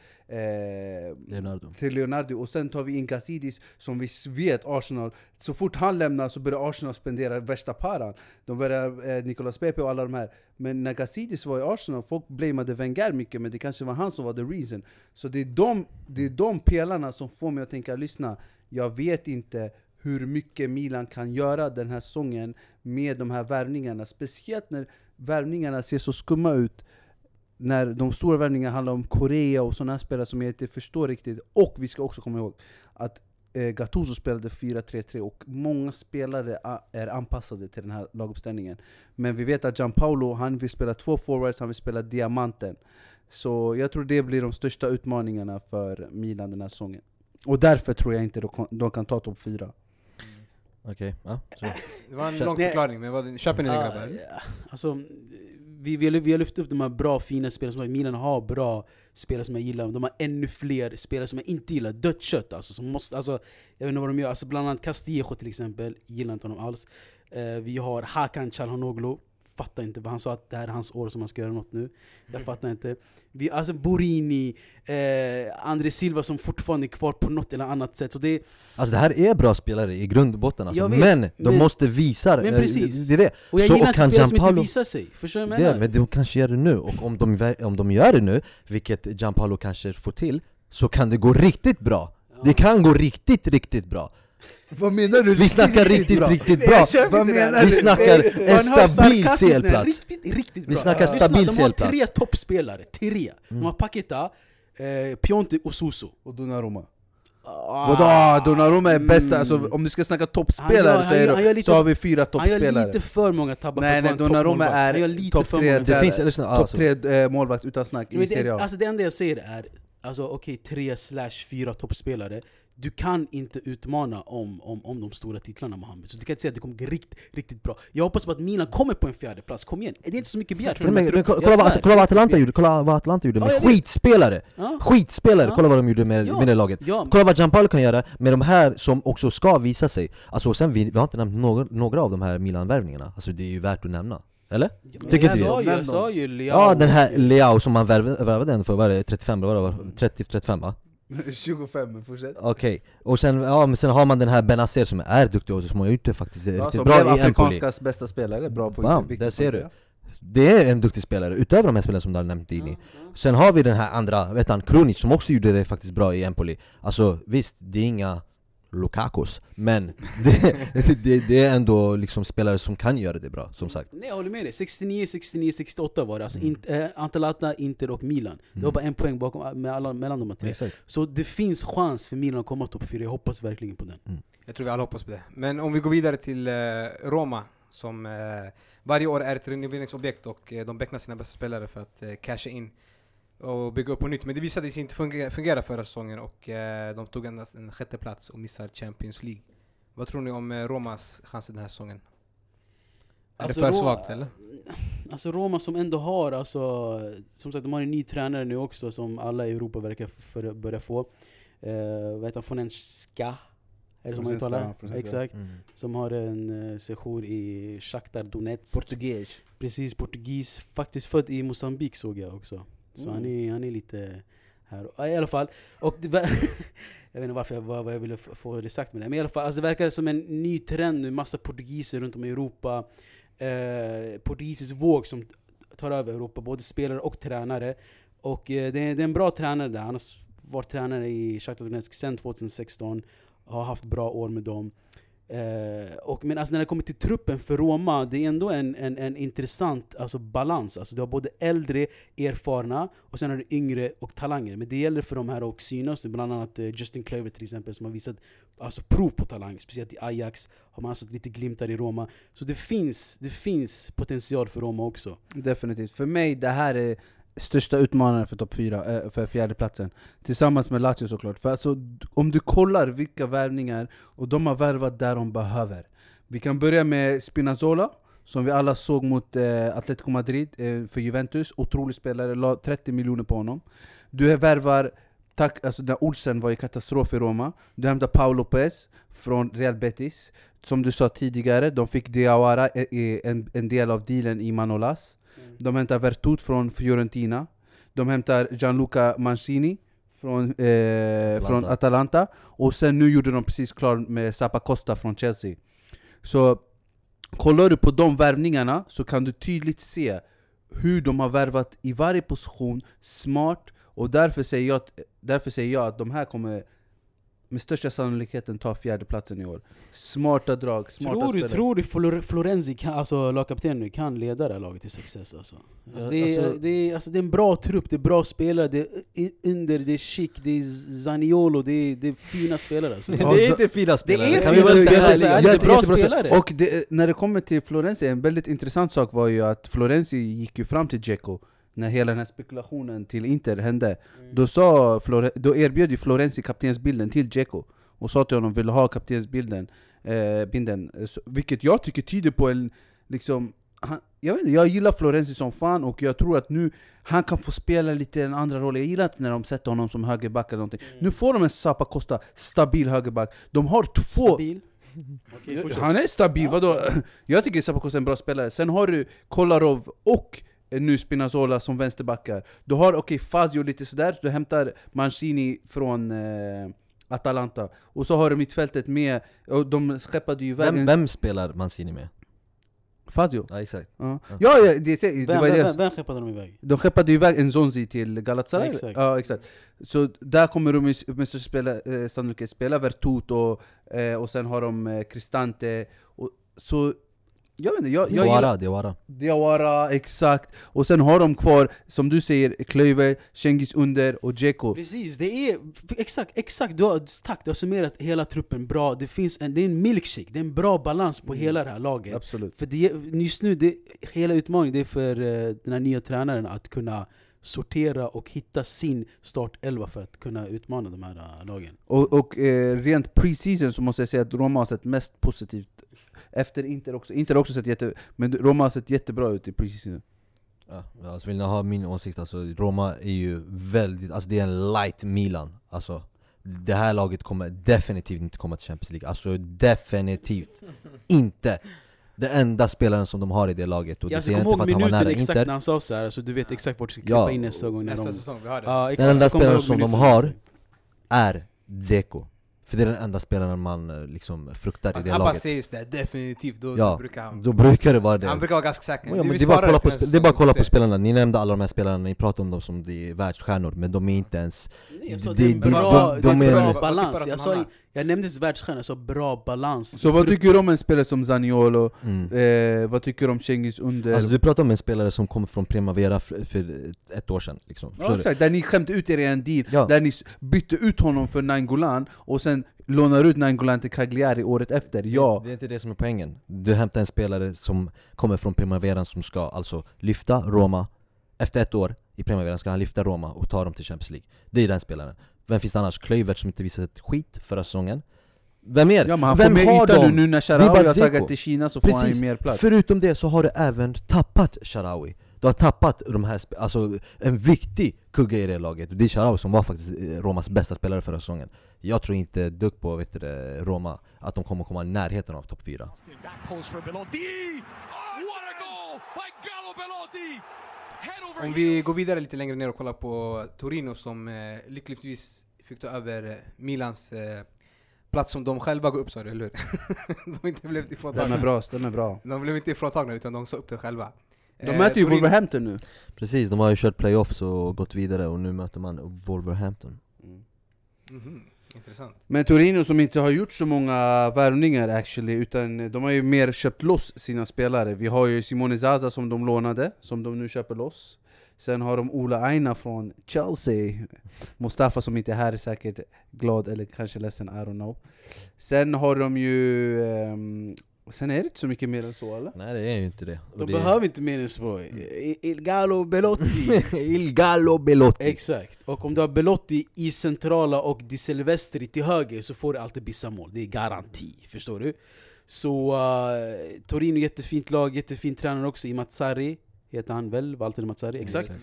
Leonardo, och sen tar vi in Gazidis som vi vet Arsenal, så fort han lämnar så börjar Arsenal spendera värsta paran. De börjar Nicolas Pepe och alla de här. Men när Gazidis var i Arsenal, folk blameade Wenger mycket, men det kanske var han som var the reason. Så det är de pelarna som får mig att tänka, lyssna, jag vet inte hur mycket Milan kan göra den här säsongen med de här värvningarna. Speciellt när värvningarna ser så skumma ut. När de stora värvningarna handlar om Korea och sådana spelare som jag inte förstår riktigt. Och vi ska också komma ihåg att Gattuso spelade 4-3-3 och många spelare är anpassade till den här laguppställningen. Men vi vet att Gianpaolo, han vill spela 2 forwards, han vill spela diamanten. Så jag tror det blir de största utmaningarna för Milan den här säsongen. Och därför tror jag inte de kan ta topp 4. Okej, ja. Det var en lång förklaring, men köper ni den grabbar? Alltså, vi har lyft upp de här bra, fina spelare som Milan har bra spelare som jag gillar. De har ännu fler spelare som jag inte gillar. Dött kött alltså, som måste, alltså, jag vet inte vad de gör. Alltså, bland annat Castillejo till exempel, gillar inte honom alls. Vi har Hakan Çalhanoğlu. Fattar inte, han sa att det här är hans år som han ska göra något nu. Jag fattar inte. Alltså Borini, André Silva som fortfarande är kvar på något eller annat sätt. Så alltså det här är bra spelare i grund och botten alltså. Vet, men de måste visa men precis. Det är det. Och jag gillar inte spelare som inte visar sig. Förstår du vad jag menar? Men de kanske gör det nu. Och om de gör det nu, vilket Gianpaolo kanske får till, så kan det gå riktigt bra. Det kan gå riktigt bra. Vad menar du? Vi snackar riktigt bra. Vad menar Vi snackar en stabil CL-plats. Riktigt bra. Vi snackar stabil de har CL-plats. 3 toppspelare. 3. De har Paquetá, Piontek och Suso. Och Donnarumma. Donnarumma är bästa, alltså, om du ska snacka toppspelare så har vi 4 toppspelare. Han gör lite för många tabbar. Nej, Donnarumma är topp 3 målvakt utan snack i Serie A. Alltså det enda jag säger är, alltså okej, 3/4 toppspelare. Du kan inte utmana om de stora titlarna, Mohamed. Så du kan inte säga att det kommer riktigt bra. Jag hoppas på att Milan kommer på en 4:e plats. Kom igen, det är inte så mycket begärt. Kolla vad Atalanta gjorde med skitspelare. Kolla vad de gjorde med det laget. Kolla vad Gianpaolo kan göra med de här som också ska visa sig. Alltså, sen vi har inte nämnt några av de här Milan-värvningarna. Alltså det är ju värt att nämna. Eller? Tycker inte jag sa ju Leao. Ja, den här Leao som man värvade den för, var det 35, var det 30-35 va? 25, men fortsätt. Okej, och sen har man den här Benacer som är duktig och som har gjort det faktiskt riktigt bra i Empoli. Afrikanska bästa spelare, bra på där ser du. Det är en duktig spelare, utöver de här spelarna som du har nämnt in i. Sen har vi den här andra, vet han, Krunic, som också gjorde det faktiskt bra i Empoli. Alltså visst, det är inga Lukakos, men det är ändå liksom spelare som kan göra det bra, som sagt. Nej, jag håller med dig. 69, 68 var det. Alltså Atalanta, Inter och Milan. Det var bara en poäng bakom, mellan de 3. Exakt. Så det finns chans för Milan att komma topp 4. Jag hoppas verkligen på den. Jag tror vi alla hoppas på det. Men om vi går vidare till Roma, som varje år är ett renoveringsobjekt och de becknar sina bästa spelare för att casha in och bygga upp på nytt. Men det visade sig inte fungera förra säsongen och de tog endast en 6:e plats och missar Champions League. Vad tror ni om Romas chanser den här säsongen? Är det för svagt eller? alltså Roma som ändå har, alltså, som sagt de har en ny tränare nu också som alla i Europa verkar börja få. Vad heter han? Fonenska? Är det som man uttalar? Exakt. Som har en session i Shakhtar Donetsk. Portugis. Precis, portugis. Faktiskt född i Mosambik såg jag också. Så han är lite här. I alla fall. Och jag vet inte varför vad jag ville få det sagt med det. Men i alla fall, alltså det verkar som en ny trend nu. Massa portugiser runt om i Europa. Portugisisk våg som tar över Europa. Både spelare och tränare. Och det är en bra tränare där. Han har varit tränare i Shakhtar Donetsk sedan 2016. Har haft bra år med dem. Men alltså när det kommer till truppen för Roma, det är ändå en intressant alltså balans. Alltså du har både äldre, erfarna och sen har du yngre och talanger. Men det gäller för de här och synas. Bland annat Justin Kluivert till exempel som har visat alltså, prov på talang. Speciellt i Ajax har man alltså lite glimtar i Roma. Så det finns potential för Roma också. Definitivt. För mig det här är största utmanaren för topp 4, för fjärde platsen tillsammans med Lazio såklart. För alltså, om du kollar vilka värvningar och de har värvat där de behöver. Vi kan börja med Spinazzola som vi alla såg mot Atletico Madrid för Juventus. Otrolig spelare, la 30 miljoner på honom. Du värvar alltså där Olsen var i katastrof i Roma. Du hämtar Paul Lopez från Real Betis. Som du sa tidigare, de fick Diawara en del av dealen i Manolas. De hämtar Vertut från Fiorentina. De hämtar Gianluca Mancini från Atalanta. Och sen nu gjorde de precis klar med Zappacosta från Chelsea. Så kollar du på de värvningarna så kan du tydligt se hur de har värvat i varje position smart. Och därför säger jag att de här kommer med största sannolikheten ta fjärde platsen i år. Smarta drag, smarta spelare. Tror du Florenzi kan, alltså lagkapten nu, kan leda det här laget till success alltså? Det är en bra trupp, det är bra spelare, det är chic, det är Zaniolo, det är fina spelare alltså. Det är inte fina spelare. Det är bra spelare. Och när det kommer till Florenzi, en väldigt intressant sak var ju att Florenzi gick ju fram till Dzeko. När hela den här spekulationen till Inter hände, då erbjöd ju Florenzi kaptensbilden till Dzeko och sa till honom, vill ha kaptensbilden, vilket jag tycker tyder på en liksom, jag gillar Florenzi som fan och jag tror att nu han kan få spela lite en andra roll. Jag gillar inte när de sätter honom som högerback eller någonting. Nu får de en Zappacosta, stabil högerback. De har två... Stabil? Okay, han är stabil, vadå? Jag tycker Zappacosta är en bra spelare. Sen har du Kolarov och nu Spinazzola som vänsterbackar. Du har Fazio lite sådär. Du hämtar Mancini från Atalanta. Och så har du mittfältet med. Och de skeppade ju iväg. Vem spelar Mancini med? Fazio. Ja, exakt. Vem skeppade de iväg? De skeppade iväg Nzonzi till Galatasaray. Exakt. Ja, exakt. Så där kommer de med sannolikt spela Vertut och sen har de Cristante. Så jag vet inte, Diawara, exakt. Och sen har de kvar, som du säger, Kluivert, Cengiz Under och Dzeko. Precis, det är exakt. Du har summerat hela truppen bra. Det är en milkshake, det är en bra balans på hela det här laget. Absolut. För just nu, hela utmaningen det är för den här nya tränaren att kunna sortera och hitta sin startelva för att kunna utmana de här lagen. Och rent preseason så måste jag säga att Roma har sett mest positivt. Efter Inter också. Inter har också sett men Roma har sett jättebra ut i preseason. Ja, alltså vill ni ha min åsikt, alltså Roma är ju väldigt, alltså det är en light Milan. Alltså det här laget kommer definitivt inte komma till Champions League. Alltså definitivt inte. Det enda spelaren som de har i det laget, och det ser inte för att han var nära exakt Inter. När han sa så här, så du vet exakt vart du ska klippa in nästa gång. Nästa säsong vi har det. Ja, den enda spelaren som de har är Dzeko. För det är den enda spelaren man liksom fruktar i det laget. Han säger det definitivt, då brukar det vara det. Han brukar vara ganska säker. Ja, men det är bara att kolla på spelarna. Ni nämnde alla de här spelarna, ni pratar om dem som de är världsstjärnor, men de är inte ens... Det är bra balans. Jag nämnde inte världsstjärnor, jag sa bra balans. Så vad tycker du om en spelare som Zaniolo? Vad tycker du om Cengiz Under? Alltså du pratar om en spelare som kom från Primavera för 1 år sedan liksom. Ja, exakt, där ni skämte ut er i en deal, där ni bytte ut honom för Nainggolan och sen lånar ut Nainggolan till Cagliari året efter. Ja. Det är inte det som är poängen. Du hämtar en spelare som kommer från Primaveran som ska alltså lyfta Roma. Efter 1 år i Primaveran ska han lyfta Roma och ta dem till Champions League. Det är den spelaren. Vem finns det annars? Kluivert som inte visade ett skit förra säsongen. Vem mer? Ja, men han Vem får mer har yta dem? nu när Det är Sharawi bara har Dzeko. tagit till Kina så får han ju mer plats. Förutom det så har du även tappat Sharawi. Du har tappat de här, alltså en viktig kugge i det laget. Det är Sharawi som var faktiskt Romas bästa spelare förra säsongen. Jag tror inte dugg på Roma att de kommer komma i närheten av topp 4. Om vi går vidare lite längre ner och kollar på Torino som lyckligtvis fick ta över Milans plats som de själva går upp, så eller hur? De inte blev ifråntagna. Stämmer bra. De blev inte ifråntagna utan de sa upp det själva. De möter ju Wolverhampton nu. Precis, de har ju kört playoffs och gått vidare och nu möter man Wolverhampton. Intressant. Men Torino som inte har gjort så många värvningar actually, utan de har ju mer köpt loss sina spelare. Vi har ju Simone Zaza som de lånade, som de nu köper loss. Sen har de Ola Aina från Chelsea. Mustafa som inte är här är säkert glad eller kanske ledsen, I don't know. Sen har de ju... sen är det inte så mycket mer än så, eller? Nej, det är ju inte det. De behöver inte mer än så. Il Gallo Belotti. Il Gallo Belotti. Exakt. Och om du har Belotti i centrala och Di Silvestri till höger så får du alltid Bissamål. Det är garanti, förstår du? Så Torino, jättefint lag, jättefint tränare också i Mazzari. Heter han väl? Walter Mazzari, exakt.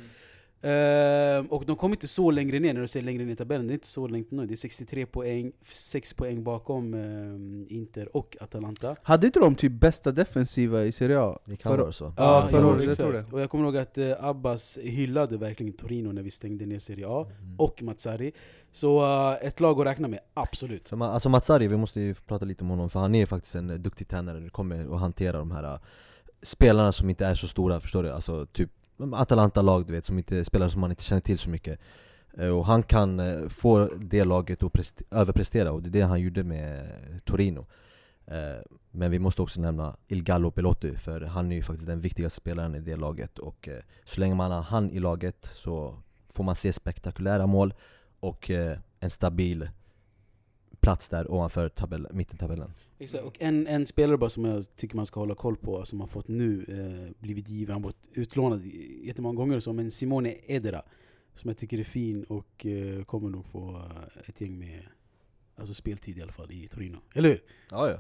Och de kommer inte så längre ner när du ser längre ner i tabellen. Det är inte så långt nu. Det är 63 poäng, 6 poäng bakom Inter och Atalanta. Hade inte de typ bästa defensiva i Serie A? Det kan vara så. Ja, förra året, jag exakt. tror det. Och jag kommer ihåg att Abbas hyllade verkligen Torino när vi stängde ner Serie A och Mazzari. Så ett lag att räkna med, absolut. Så, alltså Mazzari, vi måste ju prata lite om honom, för han är faktiskt en duktig tränare. Det kommer att hantera de här spelarna som inte är så stora, förstår du? Alltså typ Atalanta-lag, du vet, som inte spelar som man inte känner till så mycket. Och han kan få det laget att överprestera, och det är det han gjorde med Torino. Men vi måste också nämna Il Gallo Belotti, för han är ju faktiskt den viktigaste spelaren i det laget. Och så länge man har han i laget så får man se spektakulära mål och en stabil plats där ovanför mittentabellen. Exakt. Och en spelare bara som jag tycker man ska hålla koll på, som har fått nu blivit given, han har varit utlånad jättemånga gånger, som en Simone Edera, som jag tycker är fin och kommer nog få ett gäng med, alltså speltid i alla fall i Torino. Eller hur? Ja.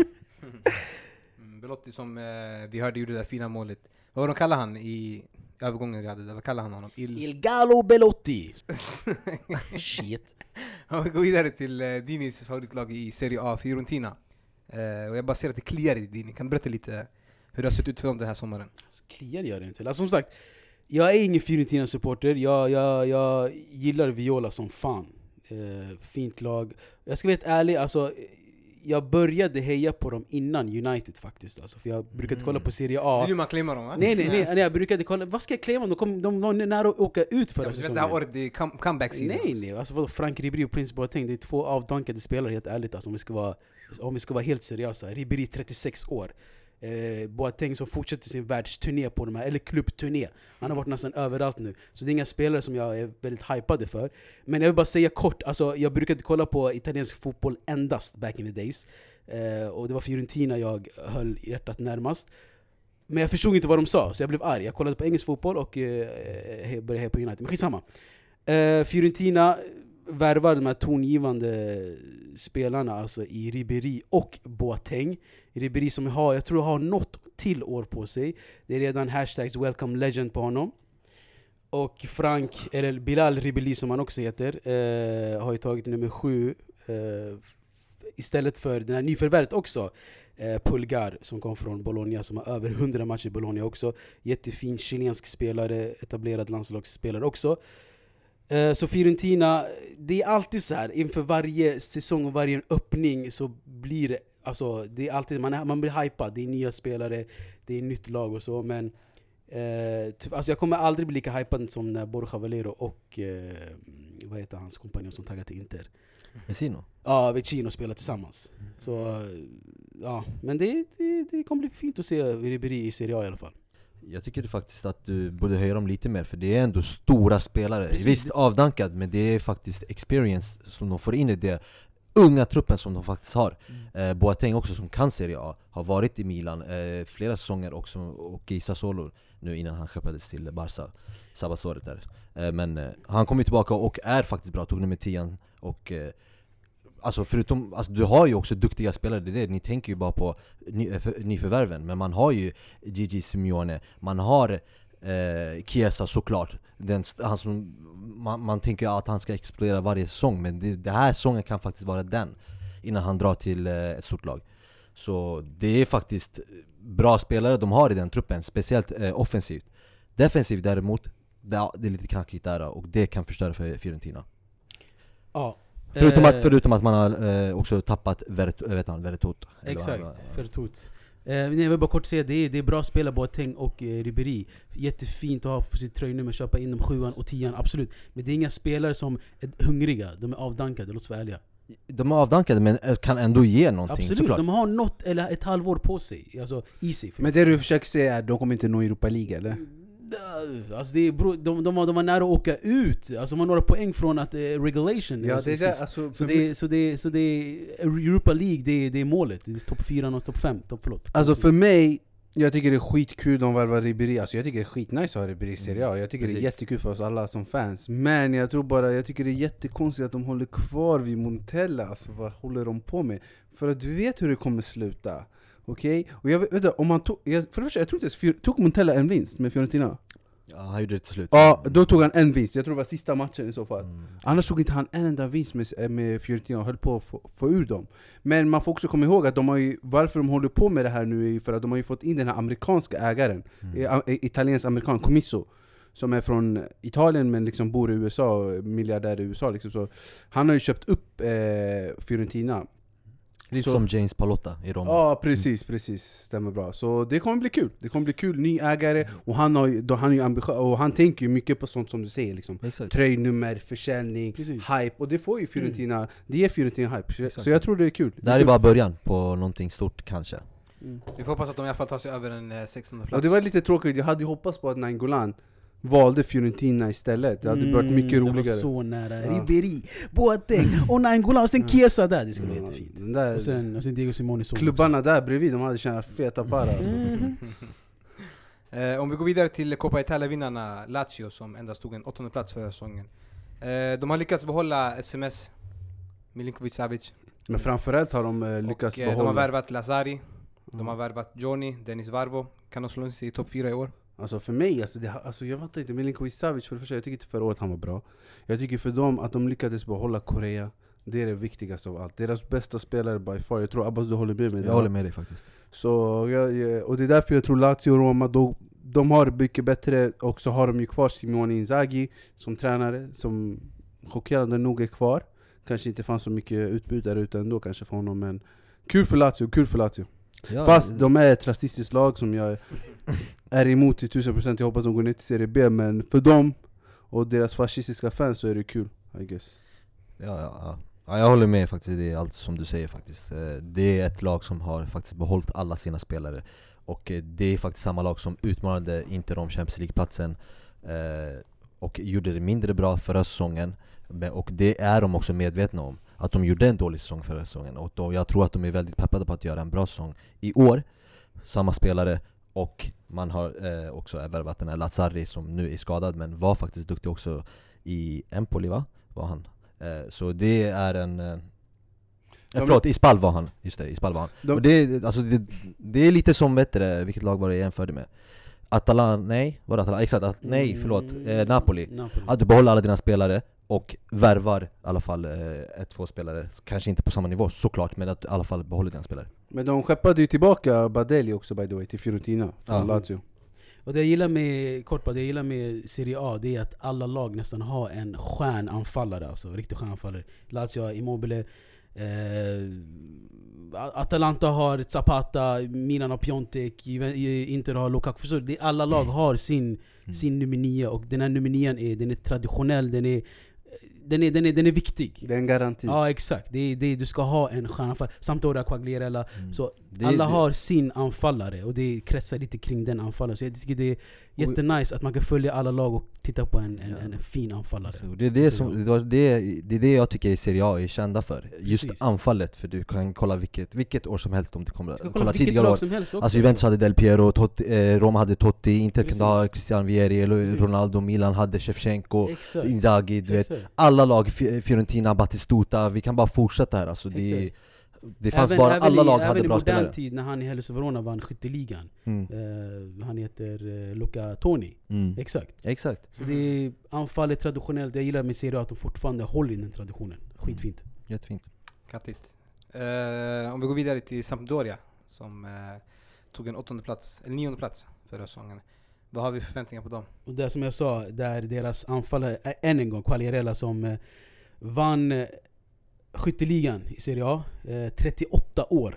Belotti som vi hörde gjorde det där fina målet. Vad var de kallar han i övergången vi hade där? Vad kallar han honom? Il Gallo Belotti. Shit. Vi går vidare till Dinis favoritlag i Serie A, Fiorentina. Och jag bara ser att det kliar i Dini. Kan du berätta lite hur det har sett ut för dem den här sommaren? Kliar gör det inte. Alltså, som sagt, jag är ingen Fiorentina-supporter. Jag gillar Viola som fan. Fint lag. Jag ska vara ärlig, alltså jag började heja på dem innan United faktiskt, alltså, för jag brukade kolla på Serie A. Det är nu man claimar dem, va? Nej, jag brukade kolla, vad ska jag claima? De var nära att åka ut förra säsongen. Det här året, det är comeback season. Nej, alltså vadå, Frank Ribéry och Prince Boateng, det är två avdankade spelare, helt ärligt, alltså, om vi ska vara helt seriösa. Ribéry 36 år. Boateng som fortsätter sin världsturné på de här, eller klubbturné. Han har varit nästan överallt nu. Så det är inga spelare som jag är väldigt hypade för. Men jag vill bara säga kort, alltså, jag brukade kolla på italiensk fotboll endast back in the days. Och det var Fiorentina jag höll hjärtat närmast. Men jag förstod inte vad de sa, så jag blev arg. Jag kollade på engelsk fotboll och började heja på United. Men skitsamma. Fiorentina värvar de här tongivande spelarna, alltså i Ribéry och Boateng. Ribéry som jag tror har något till år på sig. Det är redan hashtags welcome legend på honom. Och Frank, eller Bilal Ribéry som han också heter, har ju tagit nummer 7 istället för den här nyförvärvet också. Pulgar som kom från Bologna, som har över 100 matcher i Bologna också. Jättefin chilensk spelare, etablerad landslagsspelare också. Så Fiorentina, det är alltid så här inför varje säsong och varje öppning så blir det, alltså det är alltid man blir hypad, det är nya spelare, det är nytt lag och så, men alltså jag kommer aldrig bli lika hypad som när Borja Valero och vad heter hans kompanjon som taggade till Inter? Vecino? Ja, Vecino spelar tillsammans. Så ja, men det kommer bli fint att se Ribéry i Serie A i alla fall. Jag tycker faktiskt att du borde höja dem lite mer, för det är ändå stora spelare. Precis. Visst avdankad, men det är faktiskt experience som de får in i det unga truppen som de faktiskt har. Boateng också, som kan Serie A, har varit i Milan flera säsonger också, och i Sassuolo nu innan han skeppades till Barca sabbatsåret där. Men han kommer tillbaka och är faktiskt bra, tog nummer 10 och alltså förutom, alltså du har ju också duktiga spelare, det är det. Ni tänker ju bara på nyförvärven, men man har ju Gigi Simeone, man har Chiesa såklart. Han som, man tänker att han ska explodera varje säsong, men det här säsongen kan faktiskt vara den innan han drar till ett stort lag. Så det är faktiskt bra spelare de har i den truppen, speciellt offensivt. Defensivt däremot, det är lite knackigt där, och det kan förstöra för Fiorentina. Ja. Förutom att man har också tappat Vertot. Exakt, Vertot. Jag vill bara kort säga, det är bra spelare, Boateng och Ribéry. Jättefint att ha på sitt tröjnummer, köpa in de 7an och 10an, absolut. Men det är inga spelare som är hungriga, de är avdankade, låt oss vara ärliga. De är avdankade men kan ändå ge någonting. Absolut, såklart. de har något eller ett halvår på sig, alltså easy. Men det du försöker säga är att de kommer inte nå Europa League, eller? Alltså det är, bro, de var nära att åka ut. Alltså man har några poäng från att regulation. Ja, alltså, det är alltså, så det är Europa League, det är målet. Det är topp 4 och topp 5. Alltså för mig, jag tycker det är skitkul de värvar Ribéry. Alltså jag tycker det är skitnice att ha Ribéry i Serie A. Jag tycker det är jättekul för oss alla som fans. Men jag tycker det är jättekonstigt att de håller kvar vid Montella. Alltså vad håller de på med? För att du vet hur det kommer sluta. Okej? Och jag vet om man tog, för det första, jag tror att tog Montella en vinst med Fiorentina. Ja, han gjorde det till slut. Ja, då tog han en vinst. Jag tror det var sista matchen i så fall. Annars tog inte han en enda vinst med Fiorentina och höll på att få ur dem. Men man får också komma ihåg att varför de håller på med det här nu är för att de har ju fått in den här amerikanska ägaren, italiensk-amerikan, Commisso, som är från Italien men liksom bor i USA, miljardär i USA liksom. Så han har ju köpt upp Fiorentina. Lite som James Palotta i Roma. Ja, precis, stämmer bra. Så det kommer bli kul. Det kommer bli kul, ny ägare. Och han är ambitiös, och han tänker ju mycket på sånt som du säger liksom. Tröjnummer, försäljning, hype. Och det får ju Fiorentina, det ger Fiorentina hype. Exakt. Så jag tror det är kul. Det här är bara början på någonting stort kanske. Vi får hoppas att de i alla fall tar sig över en 16:e plats. Och det var lite tråkigt, jag hade ju hoppats på att Nainggolan valde Fiorentina istället. Det hade varit mycket roligare. Det var så nära. Ribéry, Boateng och Nainggolan och sen Chiesa där. Det skulle vara jättefint. Och sen Diego Simone. Klubbarna där bredvid, de hade känt feta para. Om vi går vidare till Coppa Italia-vinnarna Lazio, som endast tog en 8:e plats förra säsongen. De har lyckats behålla SMS, Milinkovic-Savic. Men framförallt har de lyckats behålla. De har värvat Lazari, de har värvat Johnny, Dennis Varvo. Kan de slå sig i topp 4 i år? Alltså för mig, jag fattar inte. Milinkovic-Savic, för det första, jag tycker inte förra året han var bra. Jag tycker för dem att de lyckades behålla Korea, det är det viktigaste av allt. Deras bästa spelare by far. Jag tror Abbas, du håller med mig. Jag håller med dig faktiskt. Så och det är därför jag tror Lazio och Roma, de har mycket bättre. Och så har de ju kvar Simone Inzaghi som tränare, som chockerande nog är kvar. Kanske inte fanns så mycket utbud där ute ändå kanske för honom, men kul för Lazio. Ja, fast de är ett rasistiskt lag som jag är emot till 1000%. Jag hoppas de går ner till Serie B, men för dem och deras fascistiska fans så är det kul, I guess. Ja, jag håller med faktiskt i allt som du säger faktiskt. Det är ett lag som har faktiskt behållit alla sina spelare. Och det är faktiskt samma lag som utmanade Inter om Champions League-platsen och gjorde det mindre bra förra säsongen. Och det är de också medvetna om, att de gjorde en dålig säsong förra säsongen. Och jag tror att de är väldigt peppade på att göra en bra säsong i år. Samma spelare, och man har också värvat den här Lazzari som nu är skadad men var faktiskt duktig också i Empoli, va? Var han. Så det är i Spal var han. Just det, i Spal var han. Och det är lite som, vilket lag var det jag jämförde med? Napoli. Att du behåller alla dina spelare och värvar i alla fall 1-2 spelare, kanske inte på samma nivå såklart, men att du i alla fall behåller dina spelare. Men de skeppade ju tillbaka Badelli också, by the way, till Fiorentina från Lazio. Och det jag gillar med Serie A, det är att alla lag nästan har en stjärnanfallare, alltså riktig stjärnanfallare. Lazio har Immobile, Atalanta har Zapata, Milan har Piontek, Inter har Lukaku. Så alla lag har sin nummer 9, och den här nummer 9 den är traditionell, den är viktig. Det är en garanti. Ja, exakt. Du ska ha en stjärnanfallare. Sampdoria, Quagliarella. Så alla har sin anfallare och det kretsar lite kring den anfallaren. Så jag tycker jättenice att man kan följa alla lag och titta på en fin anfallare. Så det är det jag tycker Serie A är kända för. Just Precis. anfallet, för du kan kolla vilket år som helst om du kommer kolla kolla vilket tidigare lag år. som helst också. Alltså Juventus hade Del Piero, Roma hade Totti, Inter kunde ha Precis. Cristiano Vieri, Precis. Ronaldo, Milan hade Shevchenko, Exakt. Inzaghi, du vet. Exakt. Alla lag, Fiorentina, Battistuta, vi kan bara fortsätta här. Alltså det fanns bara, alla lag hade bra spelare. Även i modern tid när han i Hellas Verona vann skytteligan. Han heter Luca Toni. Exakt. Så det är anfallet traditionellt. Jag gillar med Serie A att de fortfarande håller i den traditionen. Skitfint. Jättefint. Kattigt. Om vi går vidare till Sampdoria som tog en 8:e plats, eller 9:e plats förra säsongen. Vad har vi för förväntningar på dem? Och det som jag sa, där deras anfallare än en gång Quagliarella som vann skytteligan i Serie A, 38 år.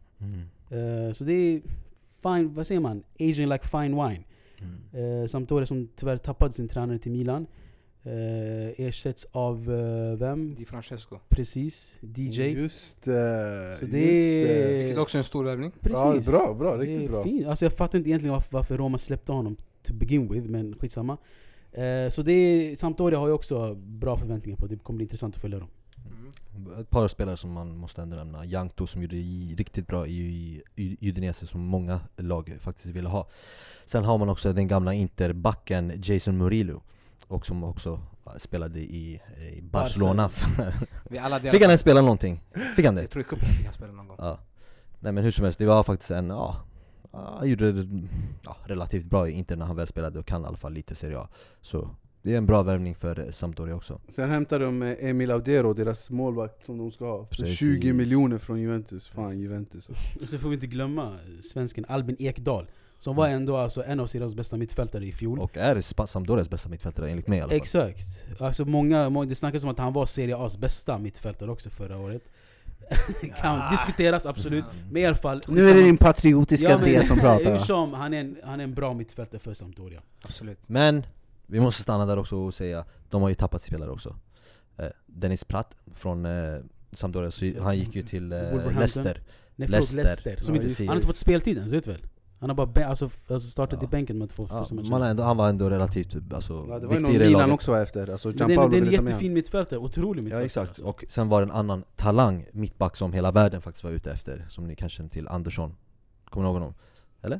Så det är fine, vad säger man? Aging like fine wine. Sampdoria som tyvärr tappade sin tränare till Milan, ersätts av vem? Di Francesco. Precis, DJ. Just det. Så det är Vilket också är en stor värvning. precis. Ja, bra, Det riktigt är bra. fint. Alltså jag fattar inte egentligen varför Roma släppte honom to begin with, men skitsamma. Så det är, Sampdoria har ju också bra förväntningar på. Det kommer bli intressant att följa dem. Ett par spelare som man måste ändå nämna. Jankto som gjorde riktigt bra i Udinese, som många lag faktiskt ville ha. Sen har man också den gamla Interbacken Jason Murillo, och som också spelade i Barcelona. Fick han ens spela någonting? Fick han det? Jag tror i cupen fick han spela någon gång. Ja. Nej, men hur som helst, det var faktiskt han gjorde det relativt bra i Inter när han väl spelade, och kan i alla fall lite Serie A. Så det är en bra värvning för Sampdoria också. Sen hämtar de Emil Audero, deras målvakt som de ska ha. Precis. 20 miljoner från Juventus. Fan, Juventus. Och så får vi inte glömma svensken Albin Ekdal, som var ändå alltså en av Serias bästa mittfältare i fjol. Och är Sampdorias bästa mittfältare enligt mig i alla fall. Exakt. Alltså det snackas om att han var Serie A's bästa mittfältare också förra året. Kan diskuteras absolut, men i alla fall Nu är det din patriotiska del som pratar. Hur som, han är en bra mittfältare för Sampdoria. Absolut. Men vi måste stanna där också och säga, de har ju tappat spelare också. Dennis Pratt från Sampdoria, så han gick ju till Leicester. Leicester. Som Ja, inte, han har inte fått speltid ens, vet du väl? Han har bara startat i bänken med att få första matchen. Han var ändå relativt Ja, det var ju viktig någon i det Milan laget. också efter. Alltså, Men det är en jättefin mittfältare, otrolig mittfältare. Ja, exakt. Alltså. Och sen var det en annan talang, mittback, som hela världen faktiskt var ute efter, som ni kanske känner till, Andersson. Kommer ni ihåg honom? Eller?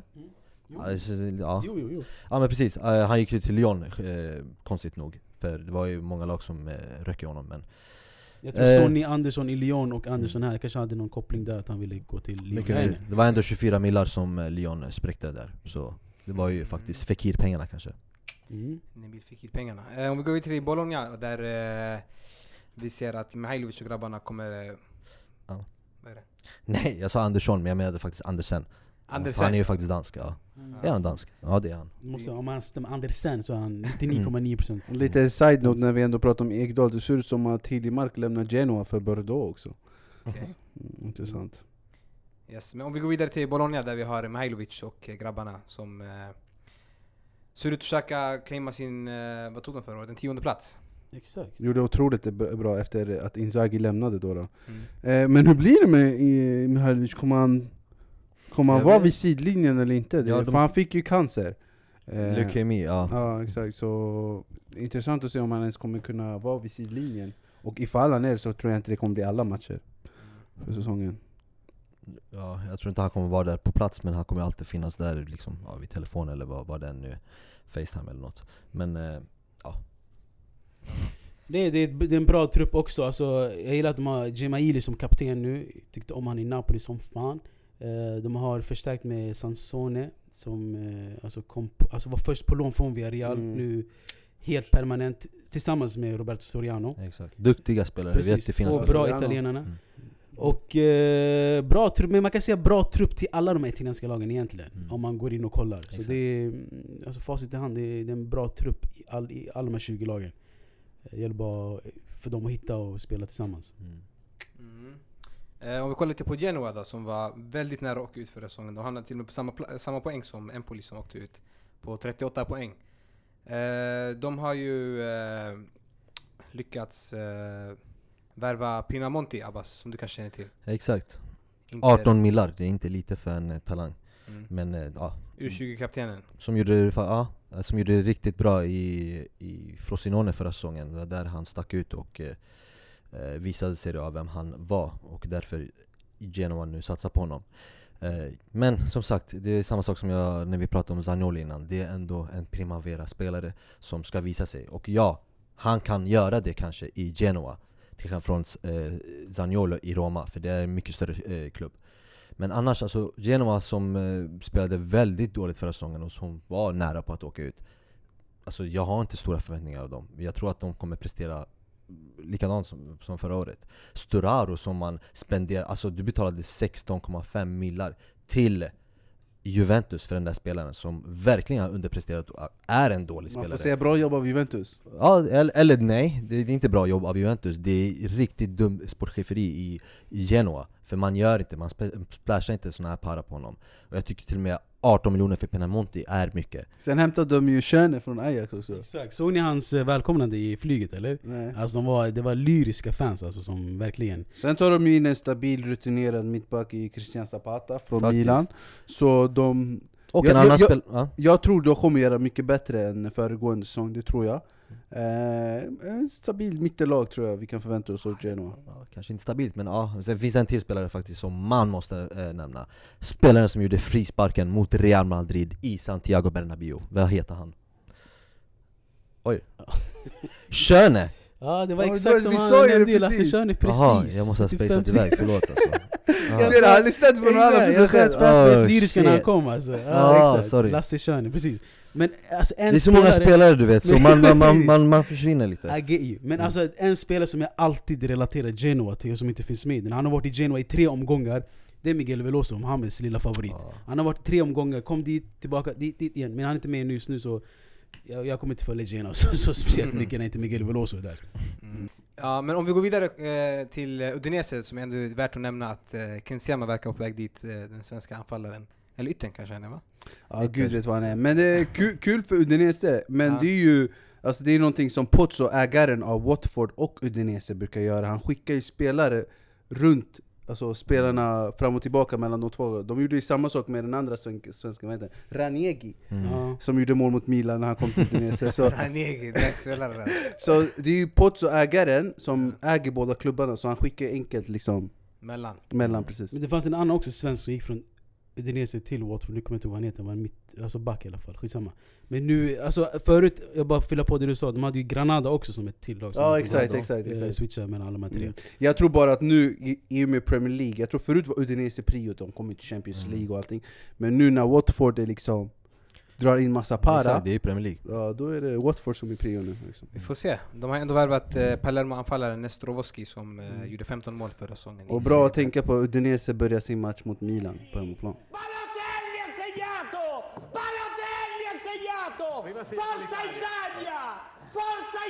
Jo. Ja, men precis. Han gick ju till Lyon, konstigt nog. För det var ju många lag som röck i honom, men Jag tror Sonny Andersson i Lyon och Andersson här kanske hade någon koppling där, att han ville gå till Lyon. det var ändå 24 millar som Lyon spräckte där. Så det var ju faktiskt Fekir-pengarna kanske. Ni fick hit pengarna. Om vi går vidare till Bologna, där vi ser att Mihailovic och grabbarna kommer... Ja. Vad är det? Nej, jag sa Andersson, men jag menade faktiskt Andersen. Andersen. För han är ju faktiskt dansk, ja. Är han dansk? Ja, det är han. Om han stämmer Andersen så är han 99,9%. Lite side note när vi ändå pratar om Ekdal. Det ser ut som att Hiljemark lämnar Genoa för Bordeaux också. Okay. Intressant. Yes, men om vi går vidare till Bologna, där vi har Mihailovic och grabbarna som ser ut att försöka claima sin, vad tog de för år? Den 10:e plats. Exakt. Gjorde otroligt bra efter att Inzaghi lämnade då. Men hur blir det med Mihailovic? Kommer han vara vid sidlinjen eller inte? För han fick ju cancer. Leukemi, ja. Ja, exakt. Så intressant att se om han ens kommer kunna vara vid sidlinjen. Och ifall han är så tror jag inte det kommer bli alla matcher för säsongen. Ja, jag tror inte han kommer vara där på plats, men han kommer alltid finnas där liksom, vid telefon eller vad det är nu, FaceTime eller något. Men ja. Det är en bra trupp också. Alltså, jag gillar att de har Gemaili som kapten nu. Tyckte om han i Napoli som fan. De har förstärkt med Sansone som var först på lån från Villarreal, nu helt permanent tillsammans med Roberto Soriano. Exakt. Duktiga spelare. Precis, två bra italienarna. Och bra trupp, men man kan säga bra trupp till alla de italienska lagen egentligen, om man går in och kollar. Exakt. Så det är, alltså facit i hand, det är en bra trupp i alla de här 20 lagen. Det gäller bara för dem att hitta och spela tillsammans. Om vi kollar lite på Genoa då, som var väldigt nära att åka ut för säsongen. De hamnade till och med på samma poäng som Empoli som åkte ut, på 38 poäng. De har ju lyckats värva Pinamonti, Abbas, som du kanske känner till. Exakt. 18 millar, det är inte lite för en talang. Men ja, U20-kaptenen. som gjorde det riktigt bra i Frosinone förra säsongen. Det var där han stack ut och visade sig av vem han var, och därför Genoa nu satsar på honom. Men som sagt, det är samma sak som när vi pratade om Zaniolo innan. Det är ändå en Primavera-spelare som ska visa sig. Och ja, han kan göra det kanske i Genoa, till skillnad från Zaniolo i Roma, för det är en mycket större klubb. Men annars, alltså Genoa som spelade väldigt dåligt förra säsongen och som var nära på att åka ut. Alltså jag har inte stora förväntningar av dem. Jag tror att de kommer prestera likadant som förra året. Sturaro som man spenderar, alltså du betalade 16,5 millar till Juventus för den där spelaren som verkligen har underpresterat och är en dålig spelare. Man får säga bra jobb av Juventus. Ja, eller nej, det är inte bra jobb av Juventus. Det är riktigt dum sportcheferi i Genoa. För man splashar inte såna här para på honom. Och jag tycker till och med 18 miljoner för Pinamonti är mycket. Sen hämtade de ju Schöne från Ajax också. Exakt, såg ni hans välkomnande i flyget eller? Nej. Alltså det var lyriska fans alltså, som verkligen... Sen tar de in en stabil, rutinerad mittback i Christian Zapata från Faktiskt. Milan. Så de... Och en annan Jag tror de kommer göra mycket bättre än föregående säsong, det tror jag. En stabil mittellag tror jag vi kan förvänta oss av Genoa. Ja, kanske inte stabilt, men ja. Sen finns det en till spelare faktiskt som man måste nämna. Spelaren som gjorde frisparken mot Real Madrid i Santiago Bernabéu. Vad heter han? Oj. Schöne! Ja, det var Ja, exakt som vi han sa ju det nämnde, Lasse precis. Schöne, precis. Jaha, jag måste ha spacat iväg, förlåt alltså. Jag har lyssnat på någon annan Jag sköt fast med ett lyriska när han shit. kom alltså. Exakt. Sorry. Lasse Schöne, precis. Men alltså, Det är så många spelare du vet, så man försvinner lite. I get you. Men alltså en spelare som jag alltid relaterar Genoa till och som inte finns med. Han har varit i Genoa i 3 omgångar. Det är Miguel Veloso, Mohameds lilla favorit. Han har varit i 3 omgångar, kom dit, tillbaka, dit igen. Men han är inte med just nu, så jag kommer inte följa Genoa så speciellt mycket när inte Miguel Veloso är där. Ja, men om vi går vidare till Udinese, som ändå är värt att nämna att Kensiama verkar på väg dit, den svenska anfallaren. Eller yttern kanske han är, va? Ja, gud vet vad han är. Men det är kul för Udinese. Men det är ju alltså det är någonting som Pozzo, ägaren av Watford och Udinese, brukar göra. Han skickar ju spelare runt, alltså spelarna fram och tillbaka mellan de två. De gjorde ju samma sak med den andra svenska vänten, Ranieri, som gjorde mål mot Milan när han kom till Udinese. Så Ranieri, direkt spelare där. så det är ju Pozzo, ägaren, som äger båda klubbarna, så han skickar enkelt liksom mellan precis. Men det fanns en annan också svensk som gick från Udinese till Watford, nu kommer jag inte ihåg vad han heter, han var alltså back i alla fall, skitsamma. Men nu, alltså förut, jag bara fylla på det du sa, de hade ju Granada också som ett tilllag. Ja, exakt. Switcha mellan alla de här 3. Jag tror bara att nu, i och med Premier League, jag tror förut var Udinese prio, de kom till Champions League och allting. Men nu när Watford är liksom drar in massa para, exakt, det är ju Premier League. Ja, då är det Watford som är prio nu liksom. Vi får se. De har ändå värvat Palermo-anfallaren Nestorovoski som gjorde 15 mål förra säsongen. Och bra att tänka på, Udinese börjar sin match mot Milan på hemmaplan. Balotelli ha segnato! Balotelli ha segnato! Forza Italia! Forza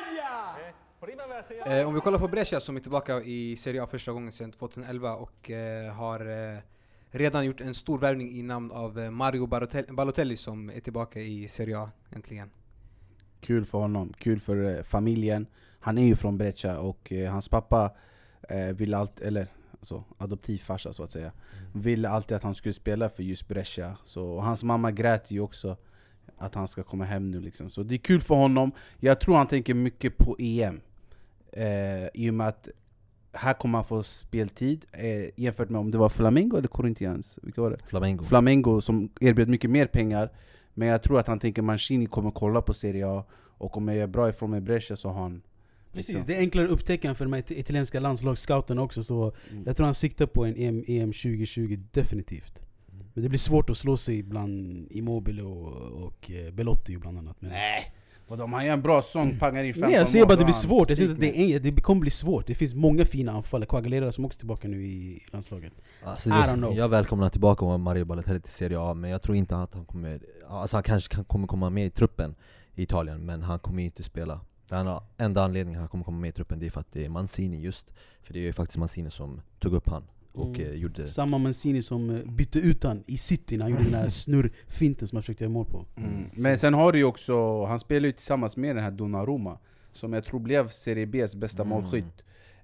Italia! Om vi kollar på Brescia som är tillbaka i Serie A första gången sedan 2011 och har redan gjort en stor värvning i namn av Mario Balotelli som är tillbaka i Serie A äntligen. Kul för honom, kul för familjen. Han är ju från Brescia och hans pappa vill alltid, eller alltså adoptivfarsa så att säga, ville alltid att han skulle spela för just Brescia. Så hans mamma grät ju också att han ska komma hem nu liksom. Så det är kul för honom. Jag tror han tänker mycket på EM. I och med att här kommer han få speltid jämfört med om det var Flamengo eller Corinthians. Vilka var det? Flamengo som erbjöd mycket mer pengar. Men jag tror att han tänker Mancini kommer kolla på Serie A, och om jag gör bra ifrån med Brescia så har han precis, liksom. det är enklare upptäckande för de här italienska landslagsscouterna också, så jag tror han siktar på en EM 2020 definitivt. Men det blir svårt att slå sig bland Immobile och Belotti bland annat. Men Nej, och de har ju en bra sång, pangar in 15 nej, jag ser bara att det blir mål, svårt. Jag ser att det kommer bli svårt. Det finns många fina anfall. Quagliarella som också är tillbaka nu i landslaget. Alltså I don't know. Jag välkomnar tillbaka Mario Balotelli till Serie A, men jag tror inte att han kommer, alltså han kanske kommer komma med i truppen i Italien, men han kommer inte spela. Den enda anledningen han kommer komma med i truppen, det är för att det är Mancini just. För det är ju faktiskt Mancini som tog upp han och gjorde... Samma Mancini som bytte ut han i City när han gjorde den här snurrfinten som han försökte göra mål på. Men sen har du ju också, han spelar ju tillsammans med den här Donnarumma, som jag tror blev Serie B's bästa målskytt.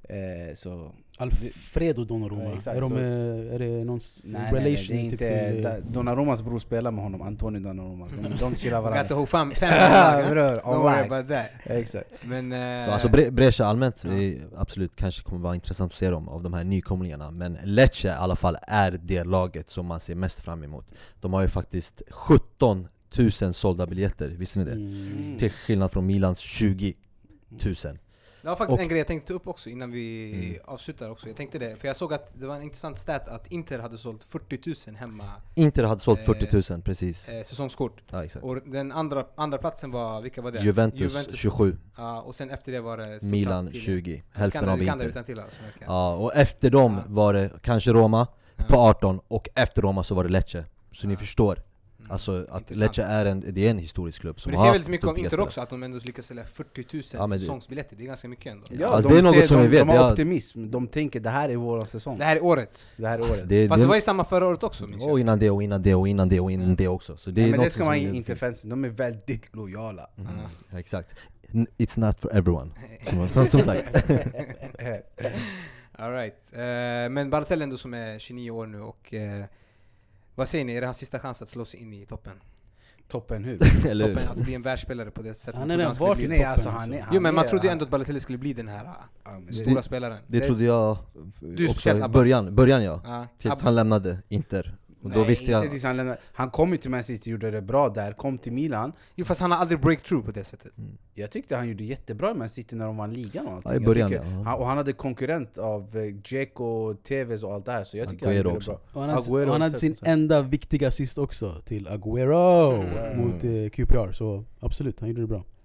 Så Alfredo Donnarumma. Exakt, är det någon nej, relation? nej, det är inte Donnarummas bror spelar med honom, Antonio Donnarumma. De chillar Got varandra. the whole fem Bror, Don't worry about that. Exakt. Men, Så alltså Brescia allmänt, det absolut kanske kommer vara intressant att se dem av de här nykomlingarna. Men Lecce i alla fall är det laget som man ser mest fram emot. De har ju faktiskt 17 000 sålda biljetter, visste ni det? Till skillnad från Milans 20 000. det var faktiskt en grej jag tänkte ta upp också innan vi avslutar också. Jag tänkte det, för jag såg att det var en intressant stat att Inter hade sålt 40 000 hemma. Inter hade sålt 40 000, precis. Säsongskort. Ja, exakt. Och den andra platsen var, vilka var det? Juventus 27, Ja, och sen efter det var det stort Milan tapp till- 20, hälften av kan det Inter. utan till alltså, verkligen. Ja, och efter dem var det kanske Roma på 18, och efter Roma så var det Lecce. Så ni förstår, alltså att Intressant. Lecce är en historisk klubb som Men det har ser haft väldigt mycket om duktiga Inter spelare. också, att de ändå lyckas sälja 40 000 Ja, men det- säsongsbiljetter. Det är ganska mycket ändå. Ja, Alltså, de det är något som vi vet. De har Jag- optimism, de tänker det här är vår säsong. Det här är året. Det här är året. Fast det var ju samma förra året också, minns jag. och innan det, och innan det, och innan det, och innan det också. Så det är Men något det ska som man är- inte fansen, de är väldigt lojala. Ja, exakt. It's not for everyone. Som sagt. All right. Men Balotelli ändå som är 29 år nu och vad säger ni, är det hans sista chans att slå sig in i toppen? Toppen hur? Eller hur? Toppen, att bli en världsspelare på det sättet Han man är trodde redan han skulle varit bli. i Nej, alltså toppen, han är... Jo, men man är- trodde ju ändå att Balotelli skulle bli den här Ja, men stora spelaren. Det trodde jag Du också speciellt, i Abbas. början ja. Ja. Tills han lämnade Inter. Och då Nej, visste inte jag... tills han lämnade. Han kom ju till Man City, gjorde det bra där, kom till Milan. Jo, fast han har aldrig breakthrough på det sättet. Jag tyckte han gjorde jättebra i Man City när de vann ligan och allting. Ja, i början, Jag tycker- ja. och han hade konkurrent av Dzeko, Tevez och allt det här, så jag tycker han Agüero gjorde det också. bra. Och han hade, Agüero och han hade också, sin så. enda viktiga assist också till Agüero mot QPR, så absolut, han gjorde det bra.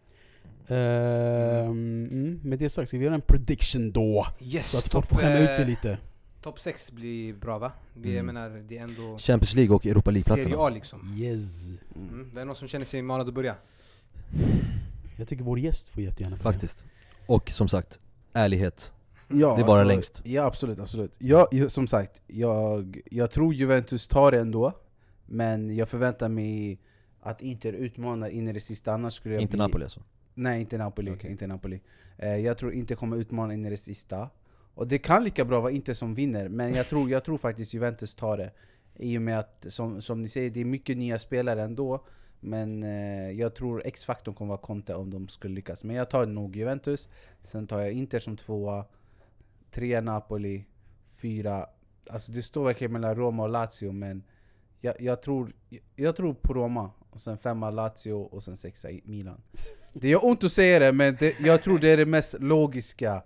Med det sagt, ska vi göra en prediction då? Yes, Så att folk får skämma ut sig lite. Topp 6 blir bra, va? Jag menar, det är ändå Champions League och Europa Serie League-platserna. A liksom. Yes. Det är någon som känner sig manad att börja. Jag tycker vår gäst får jättegärna börja. Faktiskt. Och som sagt, ärlighet. Ja, Det är bara längst. Ja, absolut, absolut. Jag, som sagt, jag tror Juventus tar det ändå. Men jag förväntar mig att Inter utmanar in i det sista, annars skulle jag Inte bli... Napoli alltså. Nej, inte Napoli. Okej. Inte Napoli. Jag tror inte kommer utmana in i det sista. Och det kan lika bra vara Inter som vinner, men jag tror faktiskt Juventus tar det. I och med att, som ni säger, det är mycket nya spelare ändå. Men jag tror X-faktorn kommer vara Conte om de skulle lyckas. Men jag tar nog Juventus. Sen tar jag Inter som 2, 3 Napoli, 4... Alltså det står verkligen mellan Roma och Lazio, men jag tror på Roma. Och sen 5 Lazio och sen 6 Milan. Det gör ont att säga det, men jag tror det är det mest logiska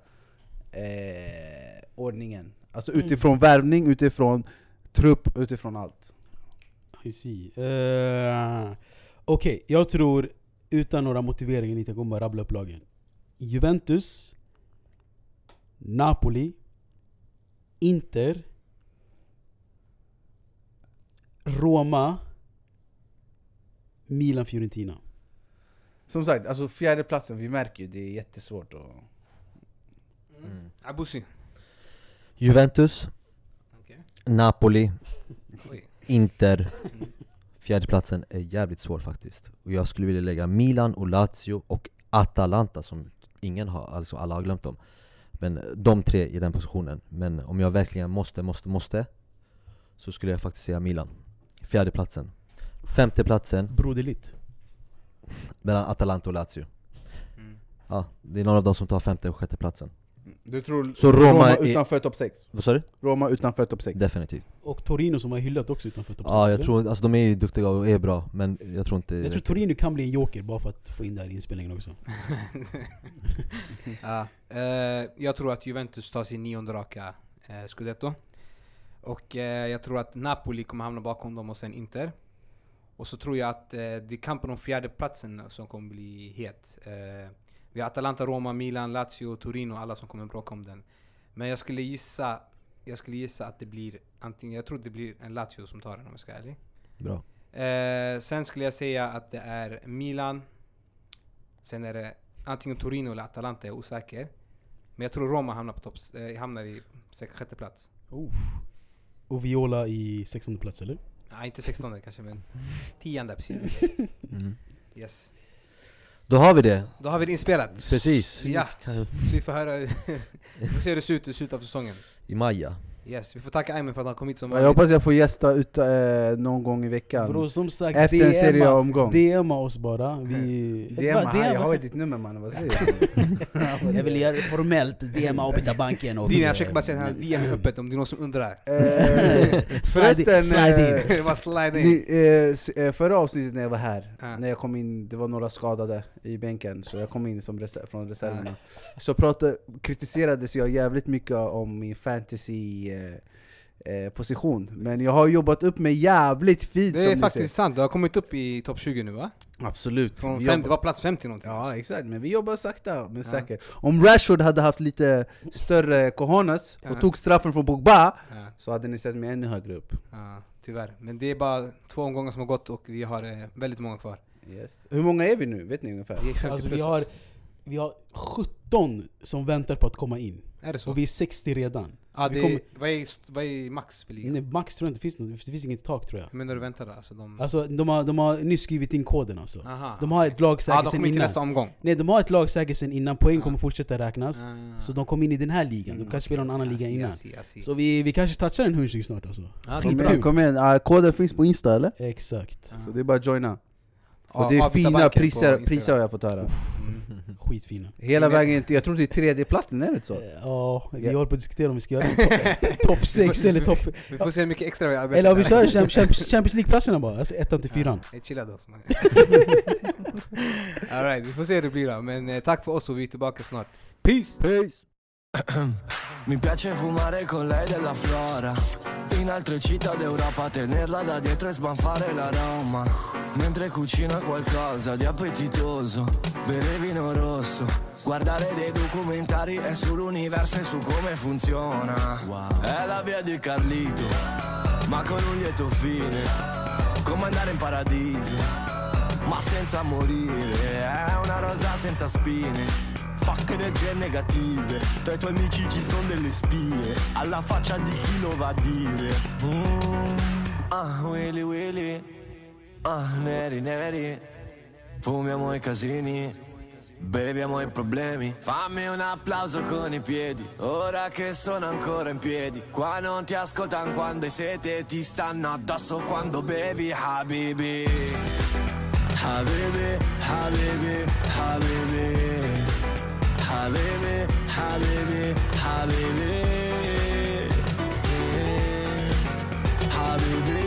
ordningen. Alltså utifrån värvning, utifrån trupp, utifrån allt. I see. Okej, jag tror utan några motiveringar inte kommer rabbla upp lagen. Juventus, Napoli, Inter, Roma, Milan, Fiorentina. Som sagt, alltså 4:e platsen, vi märker ju, det är jättesvårt att... Abusi. Juventus, Okej. Napoli, Oj. Inter. 4:e platsen är jävligt svår faktiskt. Och jag skulle vilja lägga Milan och Lazio och Atalanta som ingen har, alltså alla har glömt dem. Men de 3 i den positionen. Men om jag verkligen måste så skulle jag faktiskt säga Milan. 4:e platsen. 5:e platsen Broderligt. mellan Atalanta och Lazio. Ja, det är någon av dem som tar 5:e och 6:e platsen. Du tror Så Roma är- utanför topp 6? Vad sa du? Roma utanför topp 6? Definitivt. Och Torino som har hyllat också utanför topp 6. Ja, jag tror, alltså de är ju duktiga och är bra, men jag tror inte... jag tror Torino kan bli en joker bara för att få in där i inspelningen också. Ja, jag tror att Juventus tar sin 9:e raka Scudetto. Och jag tror att Napoli kommer hamna bakom dem och sen Inter. Och så tror jag att det är kampen om 4:e platsen som kommer bli het. Vi har Atalanta, Roma, Milan, Lazio, Torino, alla som kommer bråka om den. Men jag skulle gissa att det blir antingen, jag tror det blir en Lazio som tar den om jag ska vara ärlig. Bra. Sen skulle jag säga att det är Milan. Sen är det antingen Torino eller Atalanta, jag är osäker. Men jag tror Roma hamnar i 6:e plats. Och Viola i 16:e plats, eller? Nej, inte 16:e kanske, men 10:e precis. Yes. Då har vi det. Då har vi det inspelat. Precis. Ja, så vi får höra. Vi får se hur det ser ut i slutet av säsongen. I maja. Yes, vi får tacka Ayman för att han kom hit som Jag hoppas jag får gästa ut någon gång i veckan. Bro, som sagt, efter en serieomgång. DMa oss bara. Jag har ditt nummer man, vad säger du? Jag vill göra det formellt, DMa och byta banken. Och jag försöker bara säga att hans DM är öppet om det är någon som undrar. Förresten, slide in. Förra avsnittet när jag var här, när jag kom in, det var några skadade i bänken, så jag kom in som från reserverna. Så kritiserades jag jävligt mycket om min fantasy position, men jag har jobbat upp mig jävligt fint. Det är faktiskt sant, du har kommit upp i topp 20 nu, va? Absolut. Det var plats 50 någonting. Ja, exakt, men vi jobbar sakta men säkert. Om Rashford hade haft lite större cojones och tog straffen från Pogba, så hade ni sett mig ännu högre upp. Ja, tyvärr. Men det är bara 2 omgångar som har gått och vi har väldigt många kvar. Yes. Hur många är vi nu? Vet ni ungefär? Alltså, vi har 17 som väntar på att komma in. Är det så? Och vi är 60 redan. Ja, vad är max för ligan? Nej, max tror jag inte det finns inget tak, tror jag. Men när du väntar då? Alltså, de har nyss skrivit in koden alltså. Aha. De har ett lag säkert sen innan. Nästa omgång. Nej, de har ett lag säkert sen innan. Poäng kommer fortsätta räknas. Så de kom in i den här ligan. De kanske spelar någon annan liga innan. Så vi kanske touchar en hundring snart alltså. Kom igen, koden finns på Insta eller? Exakt. Så det är bara att joina. Och det är fina priser har jag fått höra. Skitfina. Hela vägen, jag tror det är 3:e platsen, är det så? Ja, vi håller på att diskutera om vi ska göra topp 6 eller topp... Vi får se hur mycket extra vi arbetar. Eller om vi kör Champions League-platserna bara, alltså 1-4. Chilla då. All right, vi får se hur det blir då. Men tack för oss och vi är tillbaka snart. Peace! Mi piace fumare con lei della flora, in altre città d'Europa tenerla da dietro e sbanfare l'aroma, mentre cucina qualcosa di appetitoso, bere vino rosso, guardare dei documentari è sull'universo e su come funziona. È la via di Carlito, ma con un lieto fine, come andare in paradiso, ma senza morire. È una rosa senza spine, fuck energie negative, tra i tuoi amici ci sono delle spie, alla faccia di chi lo va a dire. Willy Willy, neri neri, fumiamo i casini, beviamo i problemi. Fammi un applauso con i piedi, ora che sono ancora in piedi. Qua non ti ascoltano quando hai sete, ti stanno addosso quando bevi. Habibi, Habibi, Habibi, Habibi, Habibi, Habibi, Habibi, Habibi,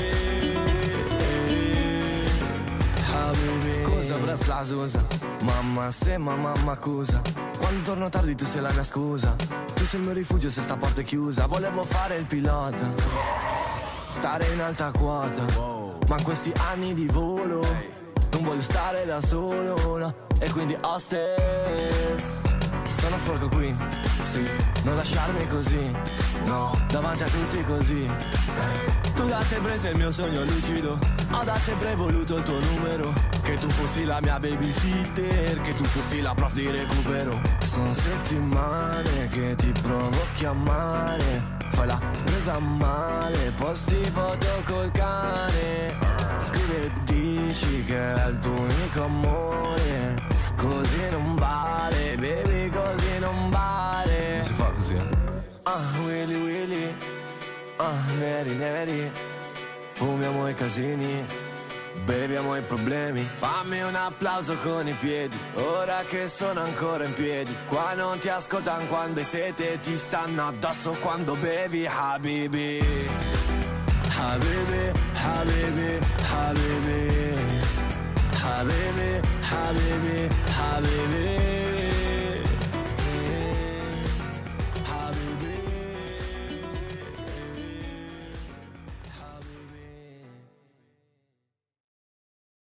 Habibi. Scusa, la Susa, mamma se mamma accusa. Quando torno tardi tu sei la mia scusa, tu sei il mio rifugio se sta porta è chiusa. Volevo fare il pilota, stare in alta quota, ma questi anni di volo non voglio stare da solo, no. E quindi hostess, sono sporco qui, sì, non lasciarmi così, no, davanti a tutti così. Tu da sempre sei il mio sogno lucido, ho da sempre voluto il tuo numero, che tu fossi la mia babysitter, che tu fossi la prof di recupero. Sono settimane che ti provo a chiamare, fai la presa male, posti foto col cane, scrivi e dici che è il tuo unico amore. Così non vale, baby, così non vale. Non si fa così, Willy Willy, neri neri, fumiamo i casini, beviamo i problemi. Fammi un applauso con i piedi, ora che sono ancora in piedi. Qua non ti ascoltano quando hai sete, ti stanno addosso quando bevi. Habibi, Habibi, Habibi, Habibi, Habibi, Habibi, Habibi.